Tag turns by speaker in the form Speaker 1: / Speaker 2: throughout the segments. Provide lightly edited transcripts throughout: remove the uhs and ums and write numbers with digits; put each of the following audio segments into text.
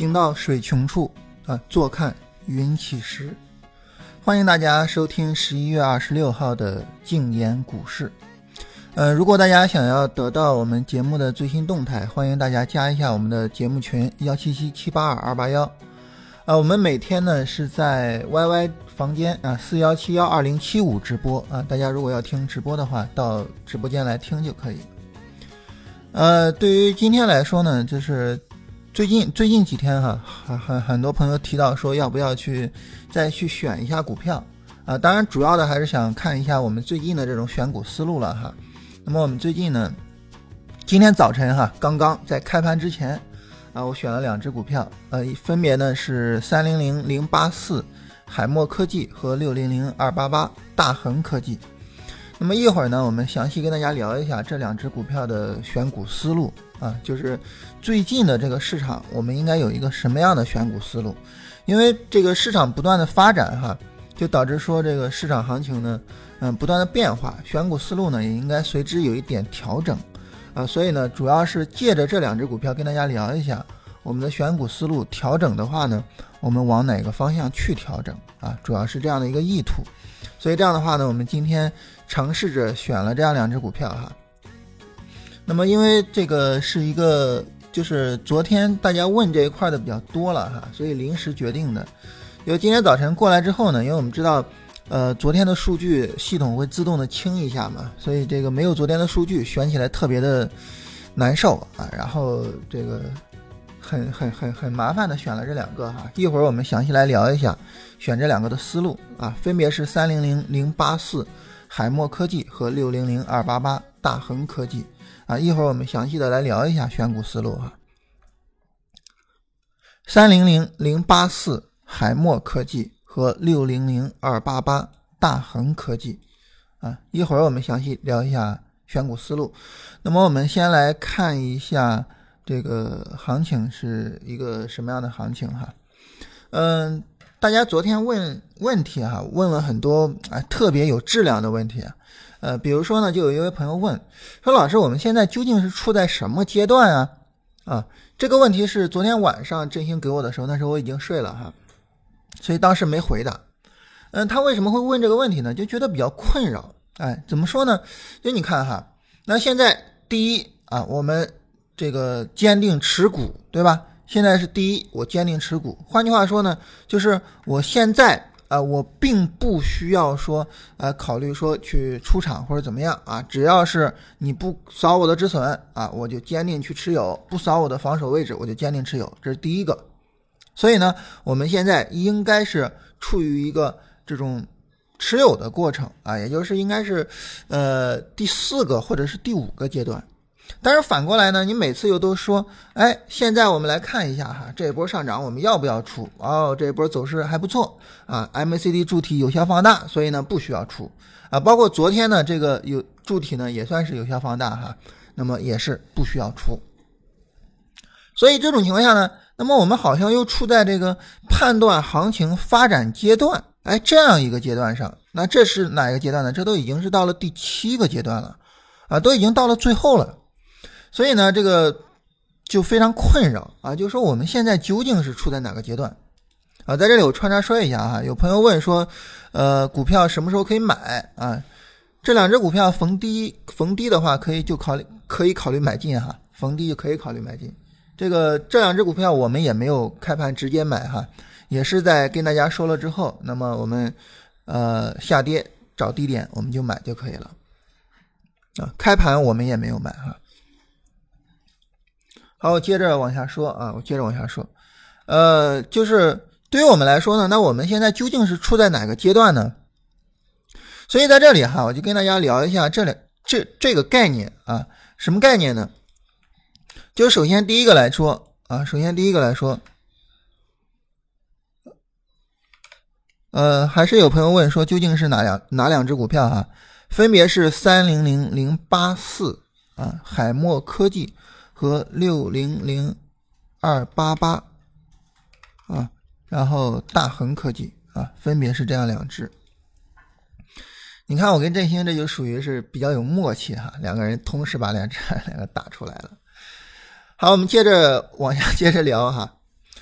Speaker 1: 行到水穷处坐看云起时。欢迎大家收听11月26号的静言股市。如果大家想要得到我们节目的最新动态，欢迎大家加一下我们的节目群177782281。我们每天呢是在 YY 房间41712075直播大家如果要听直播的话，到直播间来听就可以。对于今天来说呢，就是最近几天很多朋友提到说要不要再去选一下股票当然主要的还是想看一下我们最近的这种选股思路了那么我们最近呢，今天早晨刚刚在开盘之前我选了2只股票分别呢是300084海默科技和600288大恒科技。那么一会儿呢，我们详细跟大家聊一下这2只股票的选股思路就是最近的这个市场我们应该有一个什么样的选股思路。因为这个市场不断的发展就导致说这个市场行情呢不断的变化，选股思路呢也应该随之有一点调整所以呢主要是借着这2只股票跟大家聊一下我们的选股思路调整的话呢，我们往哪个方向去调整主要是这样的一个意图。所以这样的话呢，我们今天尝试着选了这样2只股票那么因为这个是一个就是昨天大家问这一块的比较多了所以临时决定的。因为今天早晨过来之后呢，因为我们知道昨天的数据系统会自动的清一下嘛，所以这个没有昨天的数据选起来特别的难受然后这个很麻烦的选了这2个一会儿我们详细来聊一下选这2个的思路分别是300084海默科技和600288大恒科技一会儿我们详细的来聊一下选股思路300084海默科技和600288大恒科技一会儿我们详细聊一下选股思路。那么我们先来看一下这个行情是一个什么样的行情大家昨天问问题问了很多特别有质量的问题比如说呢，就有一位朋友问说，老师我们现在究竟是处在什么阶段这个问题是昨天晚上振兴给我的时候，那时候我已经睡了所以当时没回答他为什么会问这个问题呢？就觉得比较困扰怎么说呢，就你看那现在第一我们这个坚定持股对吧，现在是第一，我坚定持股。换句话说呢，就是我现在我并不需要说考虑说去出场或者怎么样只要是你不扫我的止损我就坚定去持有，不扫我的防守位置我就坚定持有，这是第一个。所以呢我们现在应该是处于一个这种持有的过程也就是应该是第4个或者是第5个阶段。但是反过来呢，你每次又都说现在我们来看一下这一波上涨我们要不要出这一波走势还不错MACD 柱体有效放大，所以呢不需要出包括昨天呢这个有柱体呢也算是有效放大那么也是不需要出。所以这种情况下呢，那么我们好像又处在这个判断行情发展阶段这样一个阶段上。那这是哪一个阶段呢？这都已经是到了第7个阶段了都已经到了最后了。所以呢这个就非常困扰就是说我们现在究竟是处在哪个阶段在这里我穿插说一下有朋友问说股票什么时候可以买这2只股票逢低的话可以考虑买进逢低就可以考虑买进。这2只股票我们也没有开盘直接买也是在跟大家说了之后，那么我们下跌找低点我们就买就可以了开盘我们也没有买好，我接着往下说就是对于我们来说呢，那我们现在究竟是处在哪个阶段呢？所以在这里我就跟大家聊一下这个概念什么概念呢？就首先第一个来说还是有朋友问说究竟是哪2只股票分别是300084海默科技和600288然后大恒科技分别是这样2只。你看我跟振兴这就属于是比较有默契2个人同时把两个打出来了。好，我们接着往下聊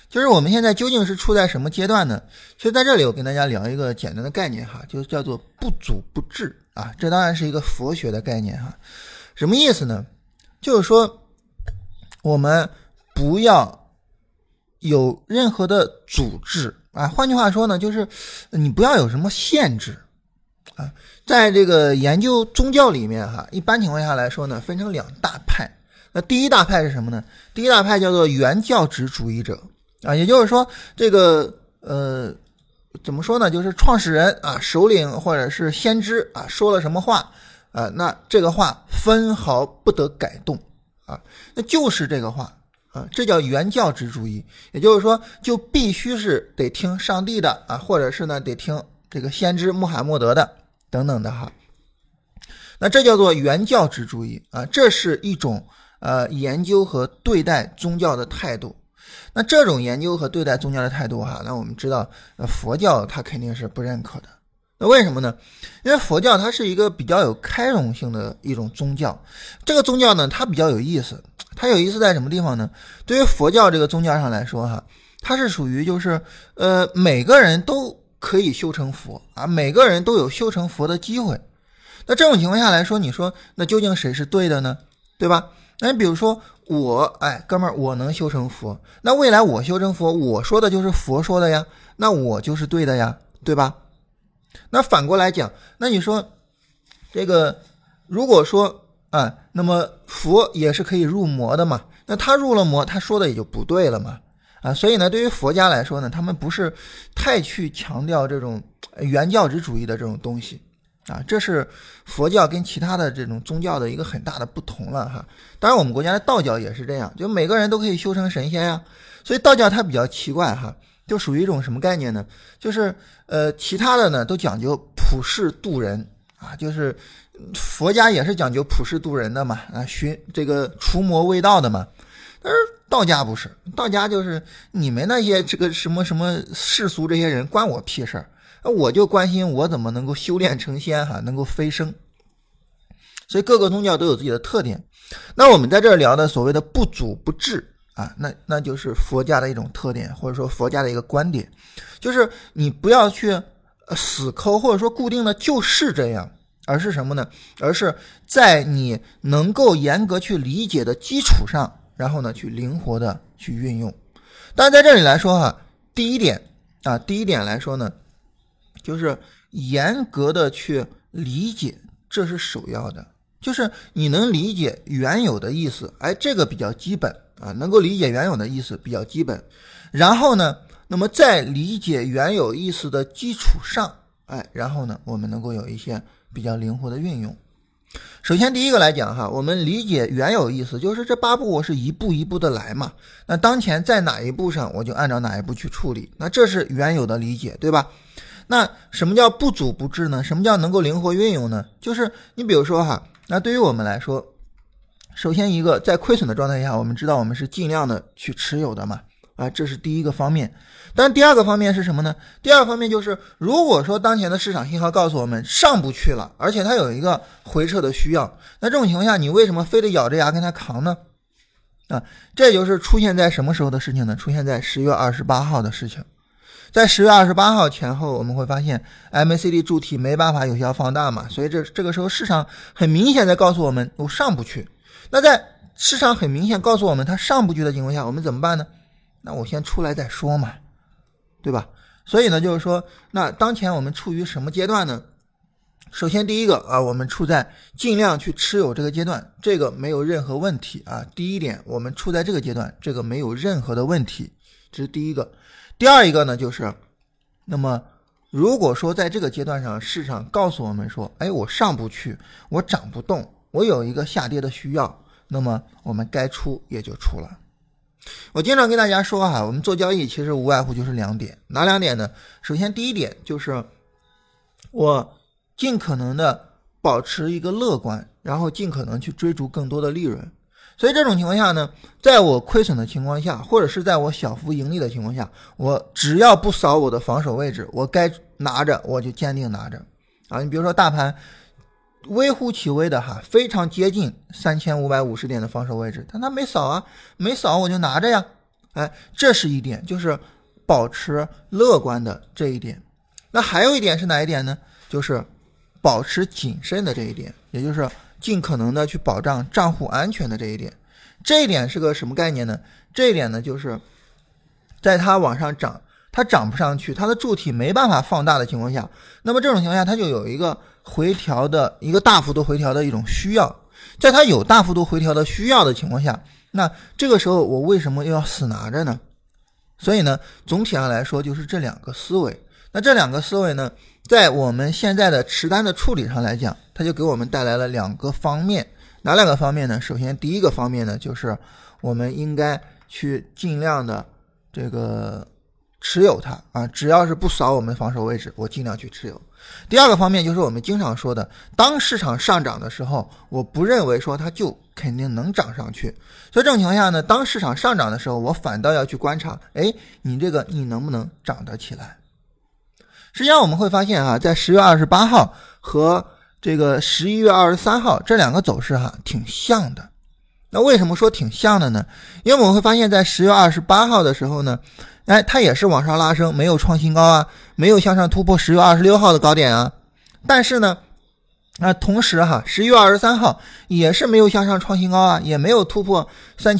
Speaker 1: 就是我们现在究竟是处在什么阶段呢？其实在这里我跟大家聊一个简单的概念哈，就叫做不阻不滞啊，这当然是一个佛学的概念哈。什么意思呢？就是说我们不要有任何的阻滞啊，换句话说呢，就是你不要有什么限制啊。在这个研究宗教里面哈，一般情况下来说呢，分成两大派。那第一大派是什么呢？第一大派叫做原教旨主义者啊，也就是说这个怎么说呢，就是创始人啊、首领或者是先知啊说了什么话啊，那这个话分毫不得改动啊，那就是这个话啊，这叫原教旨主义。也就是说就必须是得听上帝的啊，或者是呢得听这个先知穆罕默德的等等的哈。那这叫做原教旨主义啊，这是一种研究和对待宗教的态度。那这种研究和对待宗教的态度哈，那我们知道佛教它肯定是不认可的。那为什么呢？因为佛教它是一个比较有开容性的一种宗教。这个宗教呢，它比较有意思。它有意思在什么地方呢？对于佛教这个宗教上来说哈，它是属于就是每个人都可以修成佛啊，每个人都有修成佛的机会。那这种情况下来说，你说那究竟谁是对的呢？对吧？那你比如说我，哥们儿，我能修成佛，那未来我修成佛，我说的就是佛说的呀，那我就是对的呀，对吧？那反过来讲，那你说这个如果说那么佛也是可以入魔的嘛，那他入了魔，他说的也就不对了嘛所以呢，对于佛家来说呢，他们不是太去强调这种原教旨主义的这种东西这是佛教跟其他的这种宗教的一个很大的不同了哈。当然我们国家的道教也是这样，就每个人都可以修成神仙呀。所以道教它比较奇怪哈，就属于一种什么概念呢？就是其他的呢都讲究普世度人就是佛家也是讲究普世度人的嘛寻这个除魔卫道的嘛。但是道家不是，道家就是你们那些这个什么什么世俗这些人关我屁事儿，我就关心我怎么能够修炼成仙能够飞升。所以各个宗教都有自己的特点。那我们在这儿聊的所谓的不阻不滞那就是佛家的一种特点，或者说佛家的一个观点，就是你不要去死抠或者说固定的就是这样，而是什么呢？而是在你能够严格去理解的基础上，然后呢去灵活的去运用。但在这里来说第一点来说呢，就是严格的去理解，这是首要的，就是你能理解原有的意思，这个比较基本能够理解原有的意思比较基本。然后呢，那么在理解原有意思的基础上，然后呢，我们能够有一些比较灵活的运用。首先第一个来讲我们理解原有意思，就是这8步我是一步一步的来嘛，那当前在哪一步上我就按照哪一步去处理，那这是原有的理解，对吧？那什么叫不阻不滞呢？什么叫能够灵活运用呢？就是你比如说那对于我们来说，首先一个在亏损的状态下，我们知道我们是尽量的去持有的嘛这是第一个方面。但第二个方面是什么呢？第二个方面就是如果说当前的市场信号告诉我们上不去了，而且它有一个回撤的需要，那这种情况下你为什么非得咬着牙跟它扛呢？这就是出现在什么时候的事情呢？出现在10月28号的事情。在10月28号前后，我们会发现 MACD 柱体没办法有效放大嘛，所以这个时候市场很明显在告诉我们我上不去。那在市场很明显告诉我们它上不去的情况下，我们怎么办呢？那我先出来再说嘛，对吧？所以呢，就是说那当前我们处于什么阶段呢？首先第一个我们处在尽量去持有这个阶段，这个没有任何问题第一点，我们处在这个阶段，这个没有任何的问题，这是第一个。第二一个呢，就是那么如果说在这个阶段上市场告诉我们说我上不去，我涨不动，我有一个下跌的需要，那么我们该出也就出了。我经常跟大家说我们做交易其实无外乎就是2点。哪2点呢？首先第一点就是我尽可能的保持一个乐观，然后尽可能去追逐更多的利润。所以这种情况下呢，在我亏损的情况下，或者是在我小幅盈利的情况下，我只要不扫我的防守位置，我该拿着我就坚定拿着你比如说大盘微乎其微的非常接近3550点的防守位置，但它没扫没扫我就拿着呀这是一点，就是保持乐观的这一点。那还有一点是哪一点呢？就是保持谨慎的这一点，也就是尽可能的去保障账户安全的这一点。这一点是个什么概念呢？这一点呢，就是在它往上涨，它涨不上去，它的柱体没办法放大的情况下，那么这种情况下它就有一个回调的一个大幅度回调的一种需要。在它有大幅度回调的需要的情况下，那这个时候我为什么又要死拿着呢？所以呢，总体上来说就是这两个思维。那这两个思维呢，在我们现在的持单的处理上来讲，它就给我们带来了两个方面。哪两个方面呢？首先第一个方面呢，就是我们应该去尽量的这个持有它啊，只要是不扫我们防守位置，我尽量去持有。第二个方面就是我们经常说的，当市场上涨的时候，我不认为说它就肯定能涨上去，所以这种情况下呢，当市场上涨的时候，我反倒要去观察，你这个你能不能涨得起来。实际上我们会发现在10月28号和这个11月23号这两个走势挺像的。那为什么说挺像的呢？因为我们会发现在10月28号的时候呢，它也是往上拉升，没有创新高啊，没有向上突破10月26号的高点啊。但是呢，同时11月23号也是没有向上创新高啊，也没有突破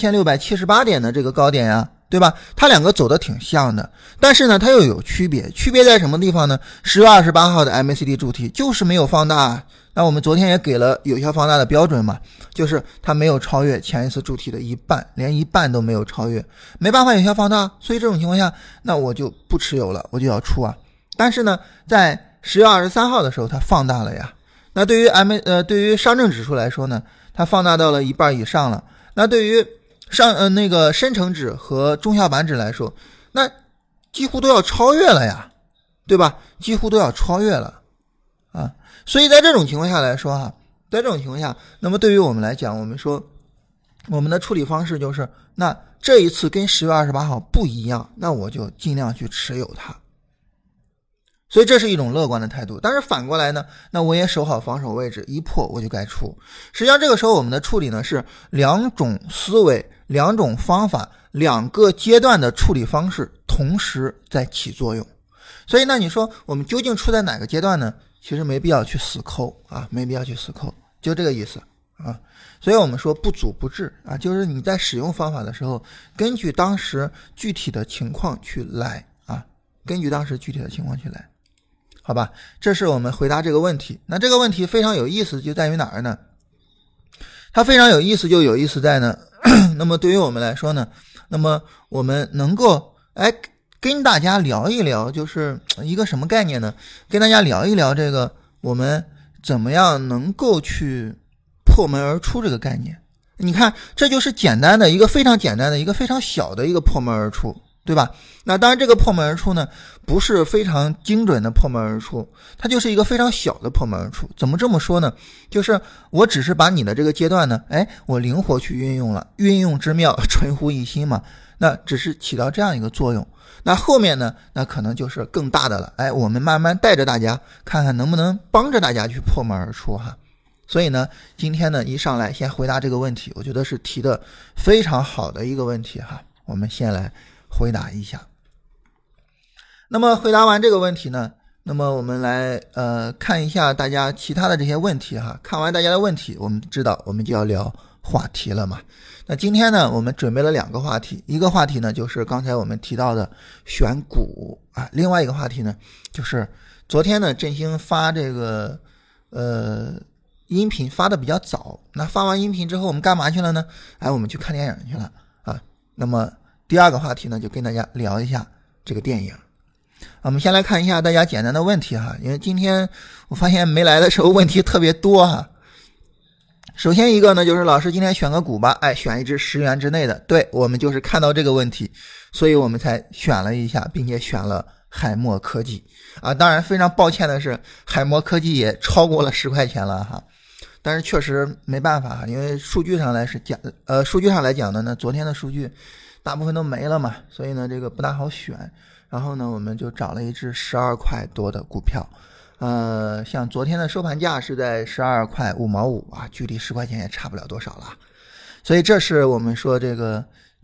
Speaker 1: 3678点的这个高点啊，对吧？它两个走的挺像的，但是呢，它又有区别。区别在什么地方呢？10月28号的 MACD 柱体就是没有放大。那我们昨天也给了有效放大的标准嘛，就是它没有超越前一次柱体的一半，连一半都没有超越，没办法有效放大，所以这种情况下，那我就不持有了，我就要出啊。但是呢，在10月23号的时候它放大了呀。那对于上证指数来说呢，它放大到了一半以上了。那对于那个深成指和中小板指来说，那几乎都要超越了呀，对吧？几乎都要超越了啊。所以在这种情况下来说在这种情况下，那么对于我们来讲，我们说我们的处理方式就是，那这一次跟10月28号不一样，那我就尽量去持有它。所以这是一种乐观的态度。但是反过来呢，那我也守好防守位置，一破我就该出。实际上这个时候我们的处理呢是两种思维、两种方法、两个阶段的处理方式同时在起作用。所以那你说我们究竟处在哪个阶段呢？其实没必要去死抠没必要去死抠，就这个意思啊。所以我们说不组不治就是你在使用方法的时候，根据当时具体的情况去来根据当时具体的情况去来，好吧？这是我们回答这个问题。那这个问题非常有意思，就在于哪儿呢？它非常有意思，就有意思在呢那么对于我们来说呢，那么我们能够跟大家聊一聊，就是一个什么概念呢？跟大家聊一聊这个我们怎么样能够去破门而出这个概念。你看，这就是简单的一个非常简单的一个非常小的一个破门而出，对吧？那当然这个破门而出呢，不是非常精准的破门而出，它就是一个非常小的破门而出。怎么这么说呢？就是我只是把你的这个阶段呢，我灵活去运用了，运用之妙纯乎一心嘛，那只是起到这样一个作用。那后面呢，那可能就是更大的了，我们慢慢带着大家看看能不能帮着大家去破门而出所以呢，今天呢一上来先回答这个问题，我觉得是提的非常好的一个问题我们先来回答一下。那么回答完这个问题呢，那么我们来看一下大家其他的这些问题看完大家的问题，我们知道我们就要聊话题了嘛。那今天呢，我们准备了两个话题，一个话题呢就是刚才我们提到的选股另外一个话题呢就是昨天呢振兴发这个音频发的比较早，那发完音频之后我们干嘛去了呢？我们去看电影去了那么第二个话题呢，就跟大家聊一下这个电影。我们先来看一下大家简单的问题因为今天我发现没来的时候问题特别多首先一个呢，就是老师今天选个股吧，选一只10元之内的。对，我们就是看到这个问题，所以我们才选了一下，并且选了海默科技当然非常抱歉的是，海默科技也超过了10块钱了但是确实没办法因为数据上来讲呢，昨天的数据大部分都没了嘛，所以呢这个不大好选。然后呢我们就找了一只12块多的股票像昨天的收盘价是在12块5毛5距离10块钱也差不了多少了。所以这是我们说这个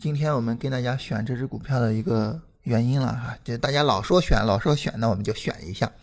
Speaker 1: 今天我们跟大家选这只股票的一个原因了哈，就大家老说选，那我们就选一下。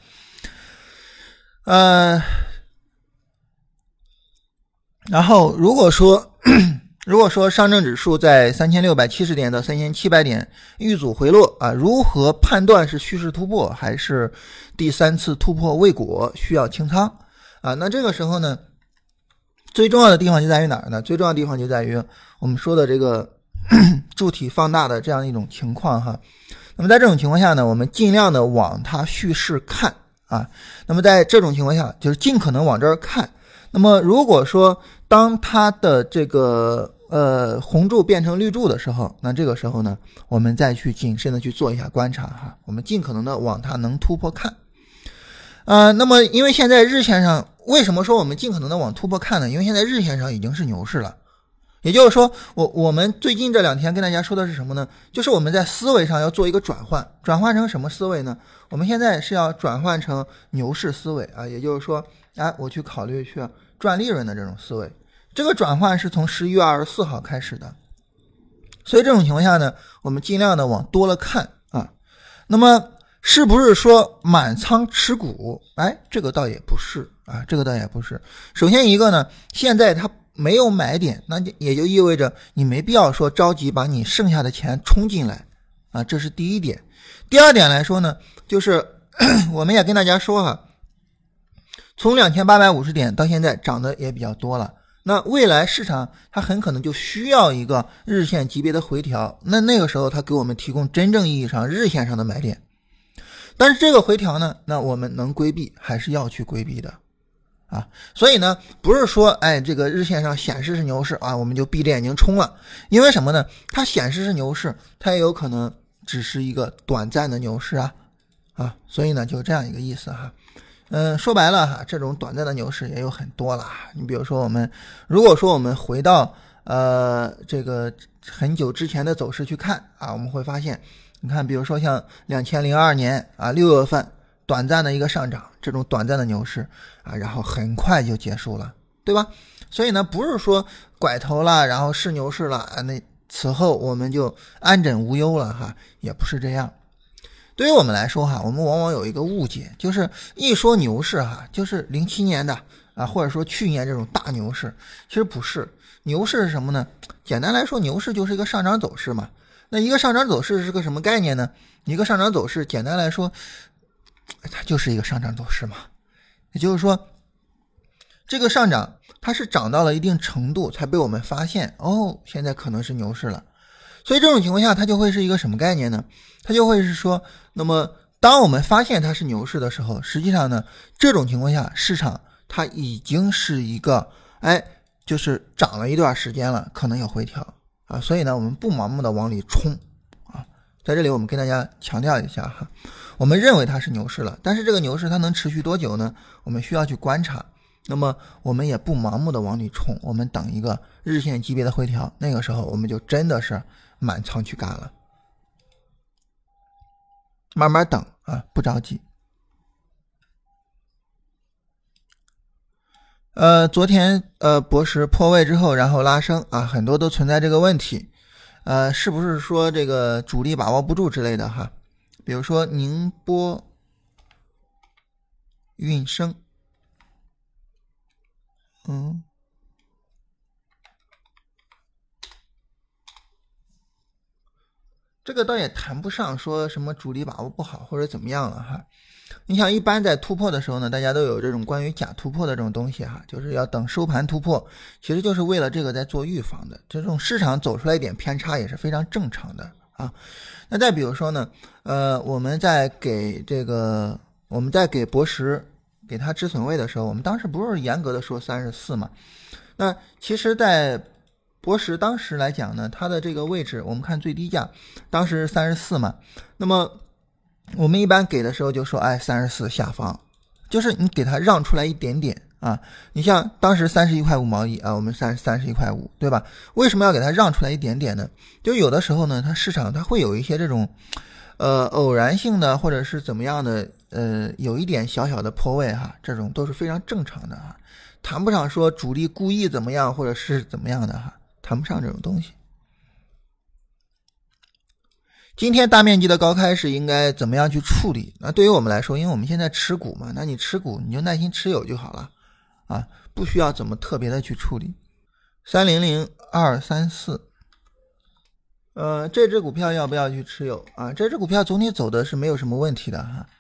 Speaker 1: 然后如果说上证指数在3670点到3700点遇阻回落啊，如何判断是蓄势突破还是第三次突破未果需要清仓啊？那这个时候呢，最重要的地方就在于哪儿呢？最重要的地方就在于我们说的这个柱体放大的这样一种情况哈。那么在这种情况下呢，我们尽量的往它蓄势看啊。那么在这种情况下，就是尽可能往这儿看。那么如果说当它的这个红柱变成绿柱的时候，那这个时候呢，我们再去谨慎的去做一下观察哈，我们尽可能的往它能突破看。那么因为现在日线上，为什么说我们尽可能的往突破看呢？因为现在日线上已经是牛市了。也就是说我们最近这2天跟大家说的是什么呢？就是我们在思维上要做一个转换成什么思维呢？我们现在是要转换成牛市思维啊，也就是说我去考虑去赚利润的这种思维。这个转换是从11月24号开始的，所以这种情况下呢，我们尽量的往多了看啊。那么是不是说满仓持股？这个倒也不是啊，这个倒也不是。首先一个呢，现在它没有买点，那也就意味着你没必要说着急把你剩下的钱冲进来啊，这是第一点。第二点来说呢，就是我们也跟大家说哈，从2850点到现在涨得也比较多了。那未来市场它很可能就需要一个日线级别的回调，那个时候它给我们提供真正意义上日线上的买点。但是这个回调呢，那我们能规避还是要去规避的啊。所以呢，不是说这个日线上显示是牛市啊，我们就闭着眼睛冲了。因为什么呢？它显示是牛市，它也有可能只是一个短暂的牛市啊。所以呢，就这样一个意思哈。说白了哈，这种短暂的牛市也有很多啦。你比如说如果说我们回到这个很久之前的走势去看啊，我们会发现，你看比如说像2002年6月份短暂的一个上涨，这种短暂的牛市啊，然后很快就结束了，对吧？所以呢，不是说拐头了，然后是牛市了那此后我们就安枕无忧了哈，也不是这样。对于我们来说哈，我们往往有一个误解，就是一说牛市哈，就是07年的或者说去年这种大牛市，其实不是。牛市是什么呢？简单来说，牛市就是一个上涨走势嘛。那一个上涨走势是个什么概念呢？一个上涨走势简单来说，它就是一个上涨走势嘛。也就是说，这个上涨它是涨到了一定程度才被我们发现，现在可能是牛市了。所以这种情况下，它就会是一个什么概念呢？它就会是说，那么当我们发现它是牛市的时候，实际上呢，这种情况下市场它已经是一个就是涨了一段时间了，可能有回调啊。所以呢，我们不盲目的往里冲啊。在这里我们跟大家强调一下哈，我们认为它是牛市了，但是这个牛市它能持续多久呢？我们需要去观察。那么我们也不盲目的往里冲，我们等一个日线级别的回调，那个时候我们就真的是满仓去干了，慢慢等啊，不着急。昨天博时破位之后，然后拉升啊，很多都存在这个问题。是不是说这个主力把握不住之类的哈？比如说宁波运升，这个倒也谈不上说什么主力把握不好或者怎么样了哈。你想一般在突破的时候呢，大家都有这种关于假突破的这种东西哈，就是要等收盘突破，其实就是为了这个在做预防的。这种市场走出来一点偏差也是非常正常的啊。那再比如说呢，我们在给博时给它止损位的时候，我们当时不是严格的说34嘛？那其实在博时当时来讲呢，它的这个位置我们看最低价当时是34嘛，那么我们一般给的时候就说34下方，就是你给它让出来一点点啊。你像当时31块5毛一啊，我们31块5，对吧？为什么要给它让出来一点点呢？就有的时候呢，它市场它会有一些这种偶然性的或者是怎么样的有一点小小的破位哈，这种都是非常正常的哈，谈不上说主力故意怎么样或者是怎么样的哈，谈不上这种东西。 今天大面积的高开是应该怎么样去处理？那对于我们来说，因为我们现在持股嘛，那你持股你就耐心持有就好了啊，不需要怎么特别的去处理。300234，这只股票要不要去持有啊？这只股票总体走的是没有什么问题的哈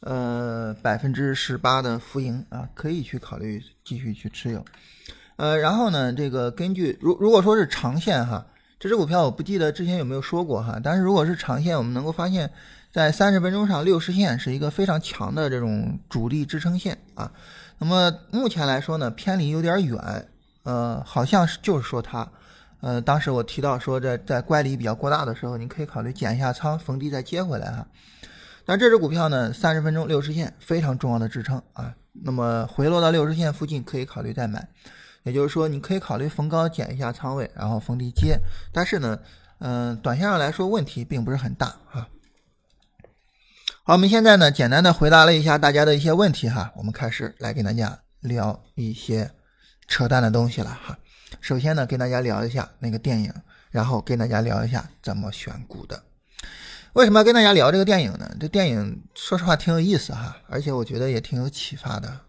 Speaker 1: ，18%的浮盈啊，可以去考虑继续去持有。然后呢，这个根据如果说是长线哈。这只股票我不记得之前有没有说过哈，但是如果是长线，我们能够发现在30分钟上60线是一个非常强的这种主力支撑线啊。那么目前来说呢，偏离有点远，好像是就是说它，当时我提到说在乖离比较过大的时候，你可以考虑减一下仓，逢低再接回来哈。但这只股票呢，30分钟60线非常重要的支撑啊，那么回落到60线附近可以考虑再买。也就是说你可以考虑逢高减一下仓位，然后逢低接，但是呢短线上来说问题并不是很大啊。好，我们现在呢简单的回答了一下大家的一些问题哈，我们开始来跟大家聊一些扯淡的东西了哈。首先呢跟大家聊一下那个电影，然后跟大家聊一下怎么选股的。为什么要跟大家聊这个电影呢？这电影说实话挺有意思哈，而且我觉得也挺有启发的。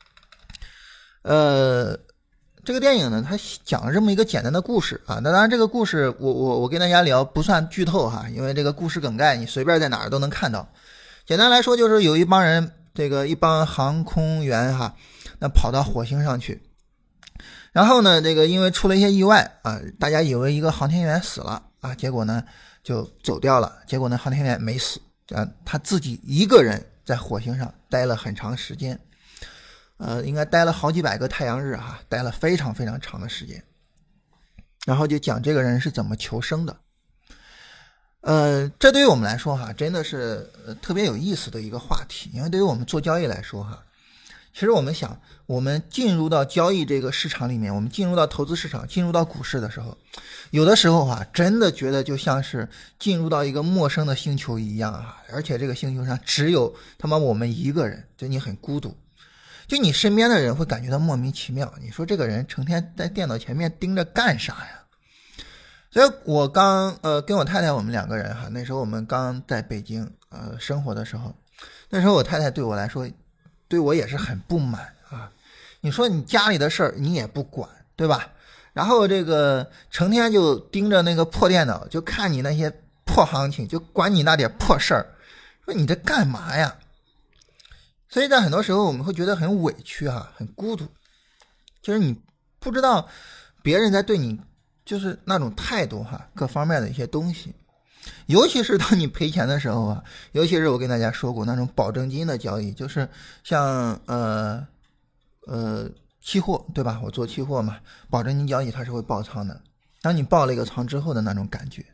Speaker 1: 这个电影呢，它讲了这么一个简单的故事啊。那当然，这个故事我跟大家聊不算剧透哈，因为这个故事梗概你随便在哪儿都能看到。简单来说，就是有一帮人，一帮航空员哈，那跑到火星上去，然后呢，因为出了一些意外啊，大家以为一个航天员死了啊，结果呢就走掉了，结果呢航天员没死啊，他自己一个人在火星上待了很长时间。应该待了好几百个太阳日哈，待了非常非常长的时间。然后就讲这个人是怎么求生的。这对于我们来说哈，真的是特别有意思的一个话题。因为对于我们做交易来说哈，其实我们想，我们进入到交易这个市场里面，我们进入到投资市场，进入到股市的时候，有的时候哈，真的觉得就像是进入到一个陌生的星球一样啊，而且这个星球上只有他妈我们一个人，就你很孤独。就你身边的人会感觉到莫名其妙，你说这个人成天在电脑前面盯着干啥呀？所以我刚跟我太太我们两个人哈，那时候我们刚在北京生活的时候，那时候我太太对我来说，对我也是很不满啊。你说你家里的事儿你也不管，对吧？然后成天就盯着那个破电脑，就看你那些破行情，就管你那点破事儿，说你这干嘛呀？所以在很多时候我们会觉得很委屈哈，很孤独，就是你不知道别人在对你就是那种态度哈，各方面的一些东西。尤其是当你赔钱的时候啊，尤其是我跟大家说过那种保证金的交易，就是像期货对吧？我做期货嘛，保证金交易它是会爆仓的。当你爆了一个仓之后的那种感觉。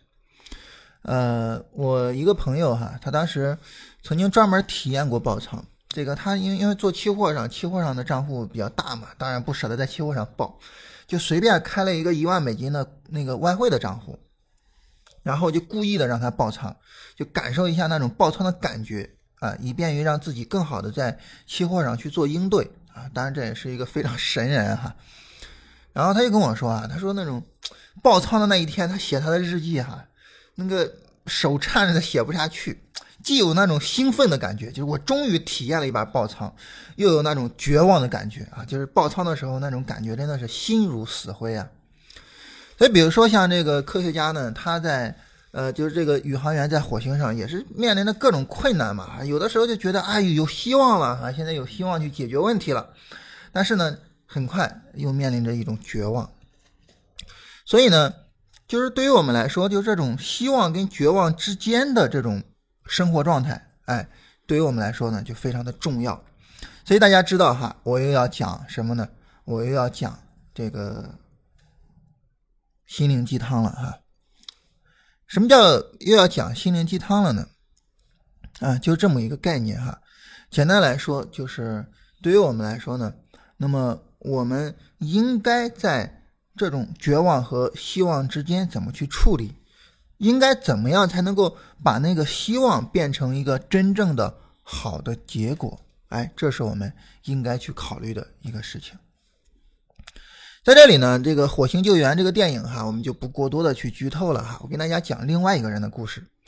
Speaker 1: 我一个朋友哈，他当时曾经专门体验过爆仓。他因为做期货上的账户比较大嘛，当然不舍得在期货上爆，就随便开了一个1万美金的那个外汇的账户，然后就故意的让他爆仓，就感受一下那种爆仓的感觉啊，以便于让自己更好的在期货上去做应对啊。当然这也是一个非常神人哈。然后他就跟我说啊，他说那种爆仓的那一天，他写他的日记哈，那个手颤着的写不下去。既有那种兴奋的感觉，就是我终于体验了一把爆仓，又有那种绝望的感觉啊，就是爆仓的时候那种感觉真的是心如死灰啊。所以比如说像这个科学家呢，他在就是这个宇航员在火星上也是面临着各种困难嘛，有的时候就觉得有希望了啊，现在有希望去解决问题了，但是呢很快又面临着一种绝望。所以呢就是对于我们来说，就这种希望跟绝望之间的这种生活状态，对于我们来说呢就非常的重要。所以大家知道哈，我又要讲什么呢？我又要讲这个心灵鸡汤了哈。什么叫又要讲心灵鸡汤了呢？就这么一个概念哈。简单来说，就是对于我们来说呢，那么我们应该在这种绝望和希望之间怎么去处理？应该怎么样才能够把那个希望变成一个真正的好的结果？这是我们应该去考虑的一个事情。在这里呢，这个火星救援这个电影哈，我们就不过多的去剧透了哈。我跟大家讲另外一个人的故事。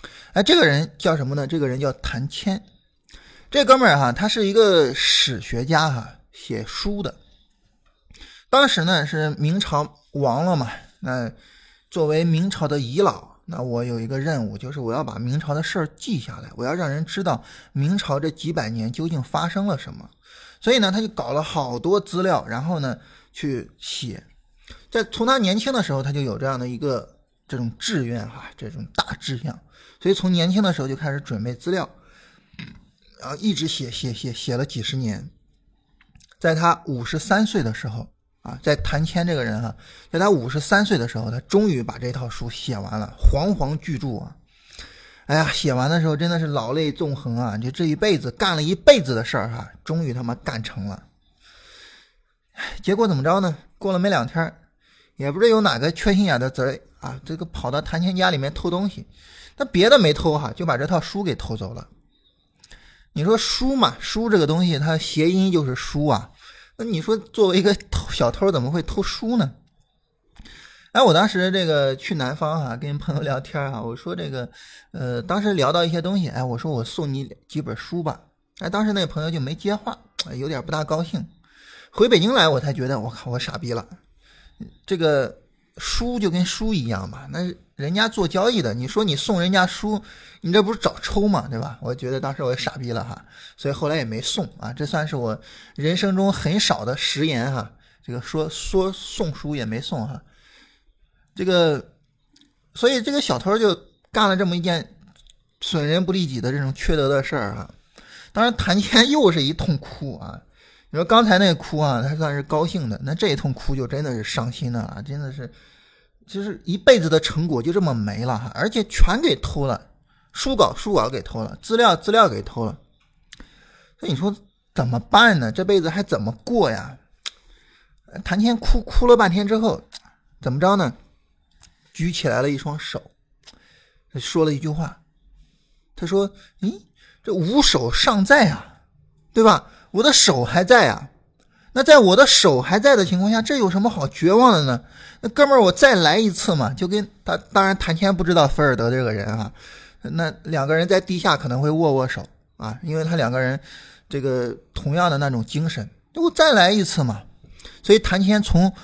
Speaker 1: 这个人叫什么呢？这个人叫谭谦。这哥们儿他是一个史学家写书的。当时呢是明朝亡了嘛，那作为明朝的遗老，那我有一个任务，就是我要把明朝的事儿记下来，我要让人知道明朝这几百年究竟发生了什么。所以呢他就搞了好多资料，然后呢去写。从他年轻的时候他就有这样的一个这种志愿这种大志向，所以从年轻的时候就开始准备资料，然后一直写了几十年。在他53岁的时候在谭谦这个人在他53岁的时候，他终于把这套书写完了，煌煌巨著写完的时候真的是老泪纵横就这一辈子干了一辈子的事儿终于他妈干成了。结果怎么着呢？过了没2天，也不知有哪个缺心眼的贼这个跑到谭谦家里面偷东西，他别的没偷就把这套书给偷走了。你说书嘛，书这个东西它谐音就是书那你说作为一个小偷怎么会偷书呢？我当时这个去南方跟朋友聊天我说这个当时聊到一些东西我说我送你几本书吧。当时那个朋友就没接话，有点不大高兴。回北京来我才觉得我靠，我傻逼了。这个书就跟书一样嘛，那人家做交易的，你说你送人家书，你这不是找抽嘛，对吧？我觉得当时我也傻逼了所以后来也没送这算是我人生中很少的食言这个说送书也没送这个，所以这个小偷就干了这么一件损人不利己的这种缺德的事儿当然谭谦又是一通哭你说刚才那个哭他算是高兴的，那这一通哭就真的是伤心的真的是就是一辈子的成果就这么没了而且全给偷了，书稿给偷了，资料给偷了。所以你说怎么办呢？这辈子还怎么过呀？谭谦哭了半天之后怎么着呢？举起来了一双手，说了一句话，他说这吾手尚在对吧？我的手还在那在我的手还在的情况下，这有什么好绝望的呢？那哥们儿我再来一次嘛，就跟他，当然谭谦不知道菲尔德这个人那两个人在地下可能会握手因为他两个人这个同样的那种精神，我再来一次嘛。所以谭谦从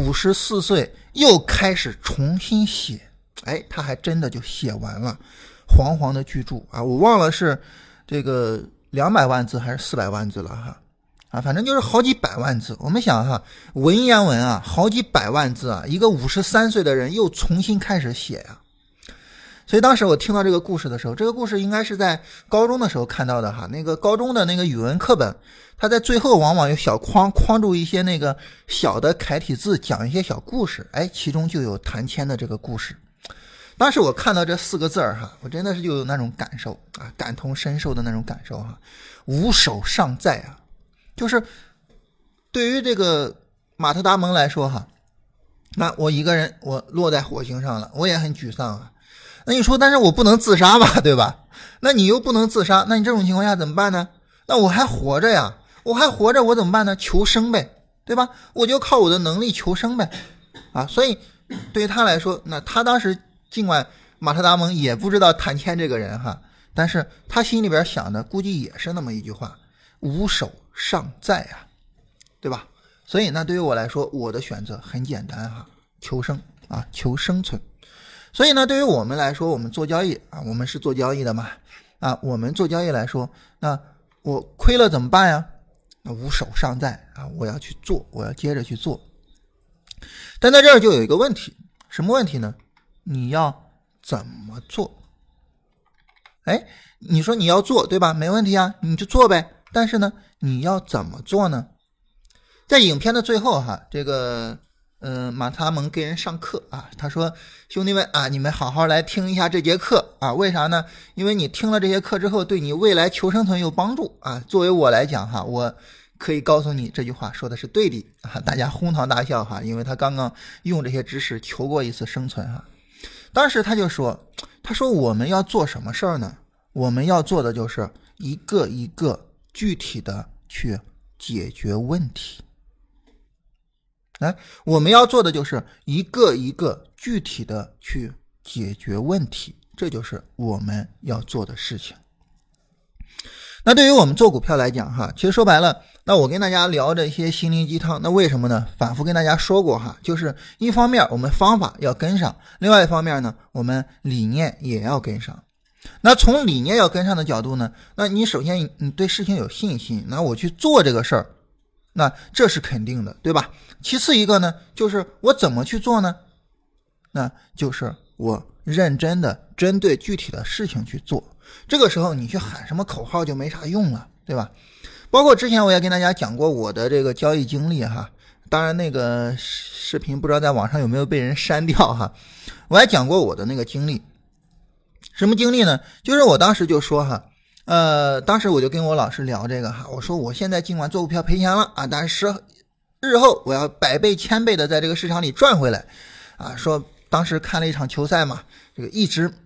Speaker 1: 54岁又开始重新写，他还真的就写完了煌煌的巨著我忘了是这个200万字还是400万字了反正就是好几百万字。我们想文言文好几百万字一个53岁的人又重新开始写所以当时我听到这个故事的时候，这个故事应该是在高中的时候看到的那个高中的那个语文课本，它在最后往往有小框住一些那个小的楷体字，讲一些小故事其中就有谭谦的这个故事。当时我看到这4个字我真的是就有那种感受感同身受的那种感受吾手尚在就是对于这个马特·达蒙来说那我一个人我落在火星上了，我也很沮丧那你说但是我不能自杀吧，对吧？那你又不能自杀，那你这种情况下怎么办呢？那我还活着我怎么办呢？求生呗，对吧？我就靠我的能力求生呗所以对于他来说，那他当时尽管马特·达蒙也不知道谭谦这个人但是他心里边想的估计也是那么一句话，吾手尚在对吧？所以那对于我来说，我的选择很简单求生求生存。所以呢对于我们来说，我们做交易我们是做交易的嘛我们做交易来说，那我亏了怎么办呀？那吾手尚在我要去做，我要接着去做。但在这儿就有一个问题，什么问题呢？你要怎么做？你说你要做对吧？没问题你就做呗。但是呢你要怎么做呢？在影片的最后这个马特·达蒙给人上课他说兄弟们你们好好来听一下这节课为啥呢？因为你听了这些课之后，对你未来求生存有帮助作为我来讲我可以告诉你这句话说的是对的大家哄堂大笑因为他刚刚用这些知识求过一次生存当时他就说，他说我们要做什么事儿呢？我们要做的就是一个一个具体的去解决问题。我们要做的就是一个一个具体的去解决问题， 这就是我们要做的事情。那对于我们做股票来讲哈，其实说白了，那我跟大家聊这些心灵鸡汤，那为什么呢？反复跟大家说过哈，就是一方面我们方法要跟上，另外一方面呢，我们理念也要跟上。那从理念要跟上的角度呢，那你首先你对事情有信心，那我去做这个事儿，那这是肯定的，对吧？其次一个呢，就是我怎么去做呢？那就是我认真的针对具体的事情去做。这个时候你去喊什么口号就没啥用了，对吧？包括之前我也跟大家讲过我的这个交易经历哈，当然那个视频不知道在网上有没有被人删掉哈，我还讲过我的那个经历。什么经历呢？就是我当时就说哈，当时我就跟我老师聊这个哈，我说我现在尽管做股票赔钱了啊，但是日后我要百倍千倍的在这个市场里赚回来啊。说当时看了一场球赛嘛，这个一直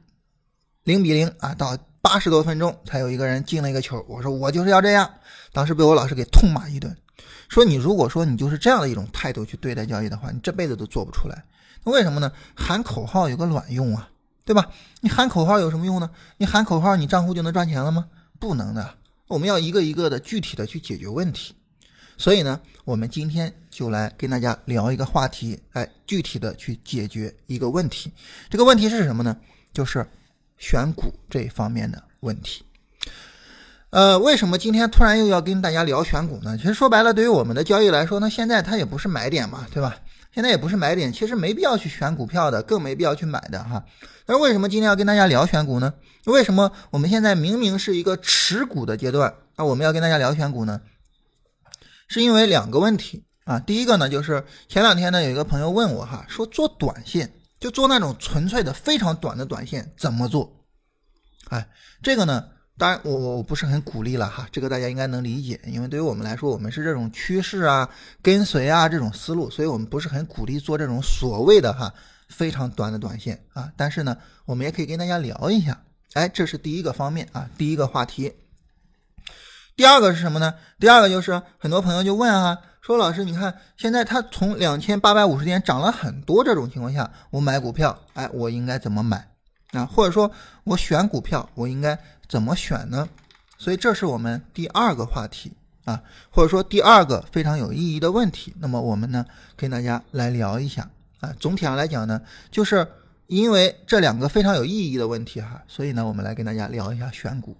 Speaker 1: 0-0啊，到80多分钟才有一个人进了一个球，我说我就是要这样，当时被我老师给痛骂一顿，说你如果说你就是这样的一种态度去对待交易的话，你这辈子都做不出来。那为什么呢？喊口号有个卵用啊，对吧？你喊口号有什么用呢？你喊口号你账户就能赚钱了吗？不能的，我们要一个一个的具体的去解决问题。所以呢，我们今天就来跟大家聊一个话题，具体的去解决一个问题。这个问题是什么呢？就是选股这方面的问题。为什么今天突然又要跟大家聊选股呢？其实说白了，对于我们的交易来说呢，现在它也不是买点嘛，对吧？现在也不是买点，其实没必要去选股票的，更没必要去买的哈。但是为什么今天要跟大家聊选股呢？为什么我们现在明明是一个持股的阶段，那我们要跟大家聊选股呢？是因为两个问题啊。第一个呢，就是前两天呢有一个朋友问我哈，说做短线，就做那种纯粹的非常短的短线怎么做？这个呢当然我不是很鼓励了哈，这个大家应该能理解，因为对于我们来说，我们是这种趋势啊、跟随啊这种思路，所以我们不是很鼓励做这种所谓的非常短的短线啊。但是呢，我们也可以跟大家聊一下，这是第一个方面啊，第一个话题。第二个是什么呢？第二个就是很多朋友就问说老师，你看现在它从2850天涨了很多，这种情况下，我买股票，我应该怎么买啊？或者说我选股票，我应该怎么选呢？所以这是我们第二个话题啊，或者说第二个非常有意义的问题。那么我们呢跟大家来聊一下啊。总体上来讲呢，就是因为这两个非常有意义的问题所以呢我们来跟大家聊一下选股。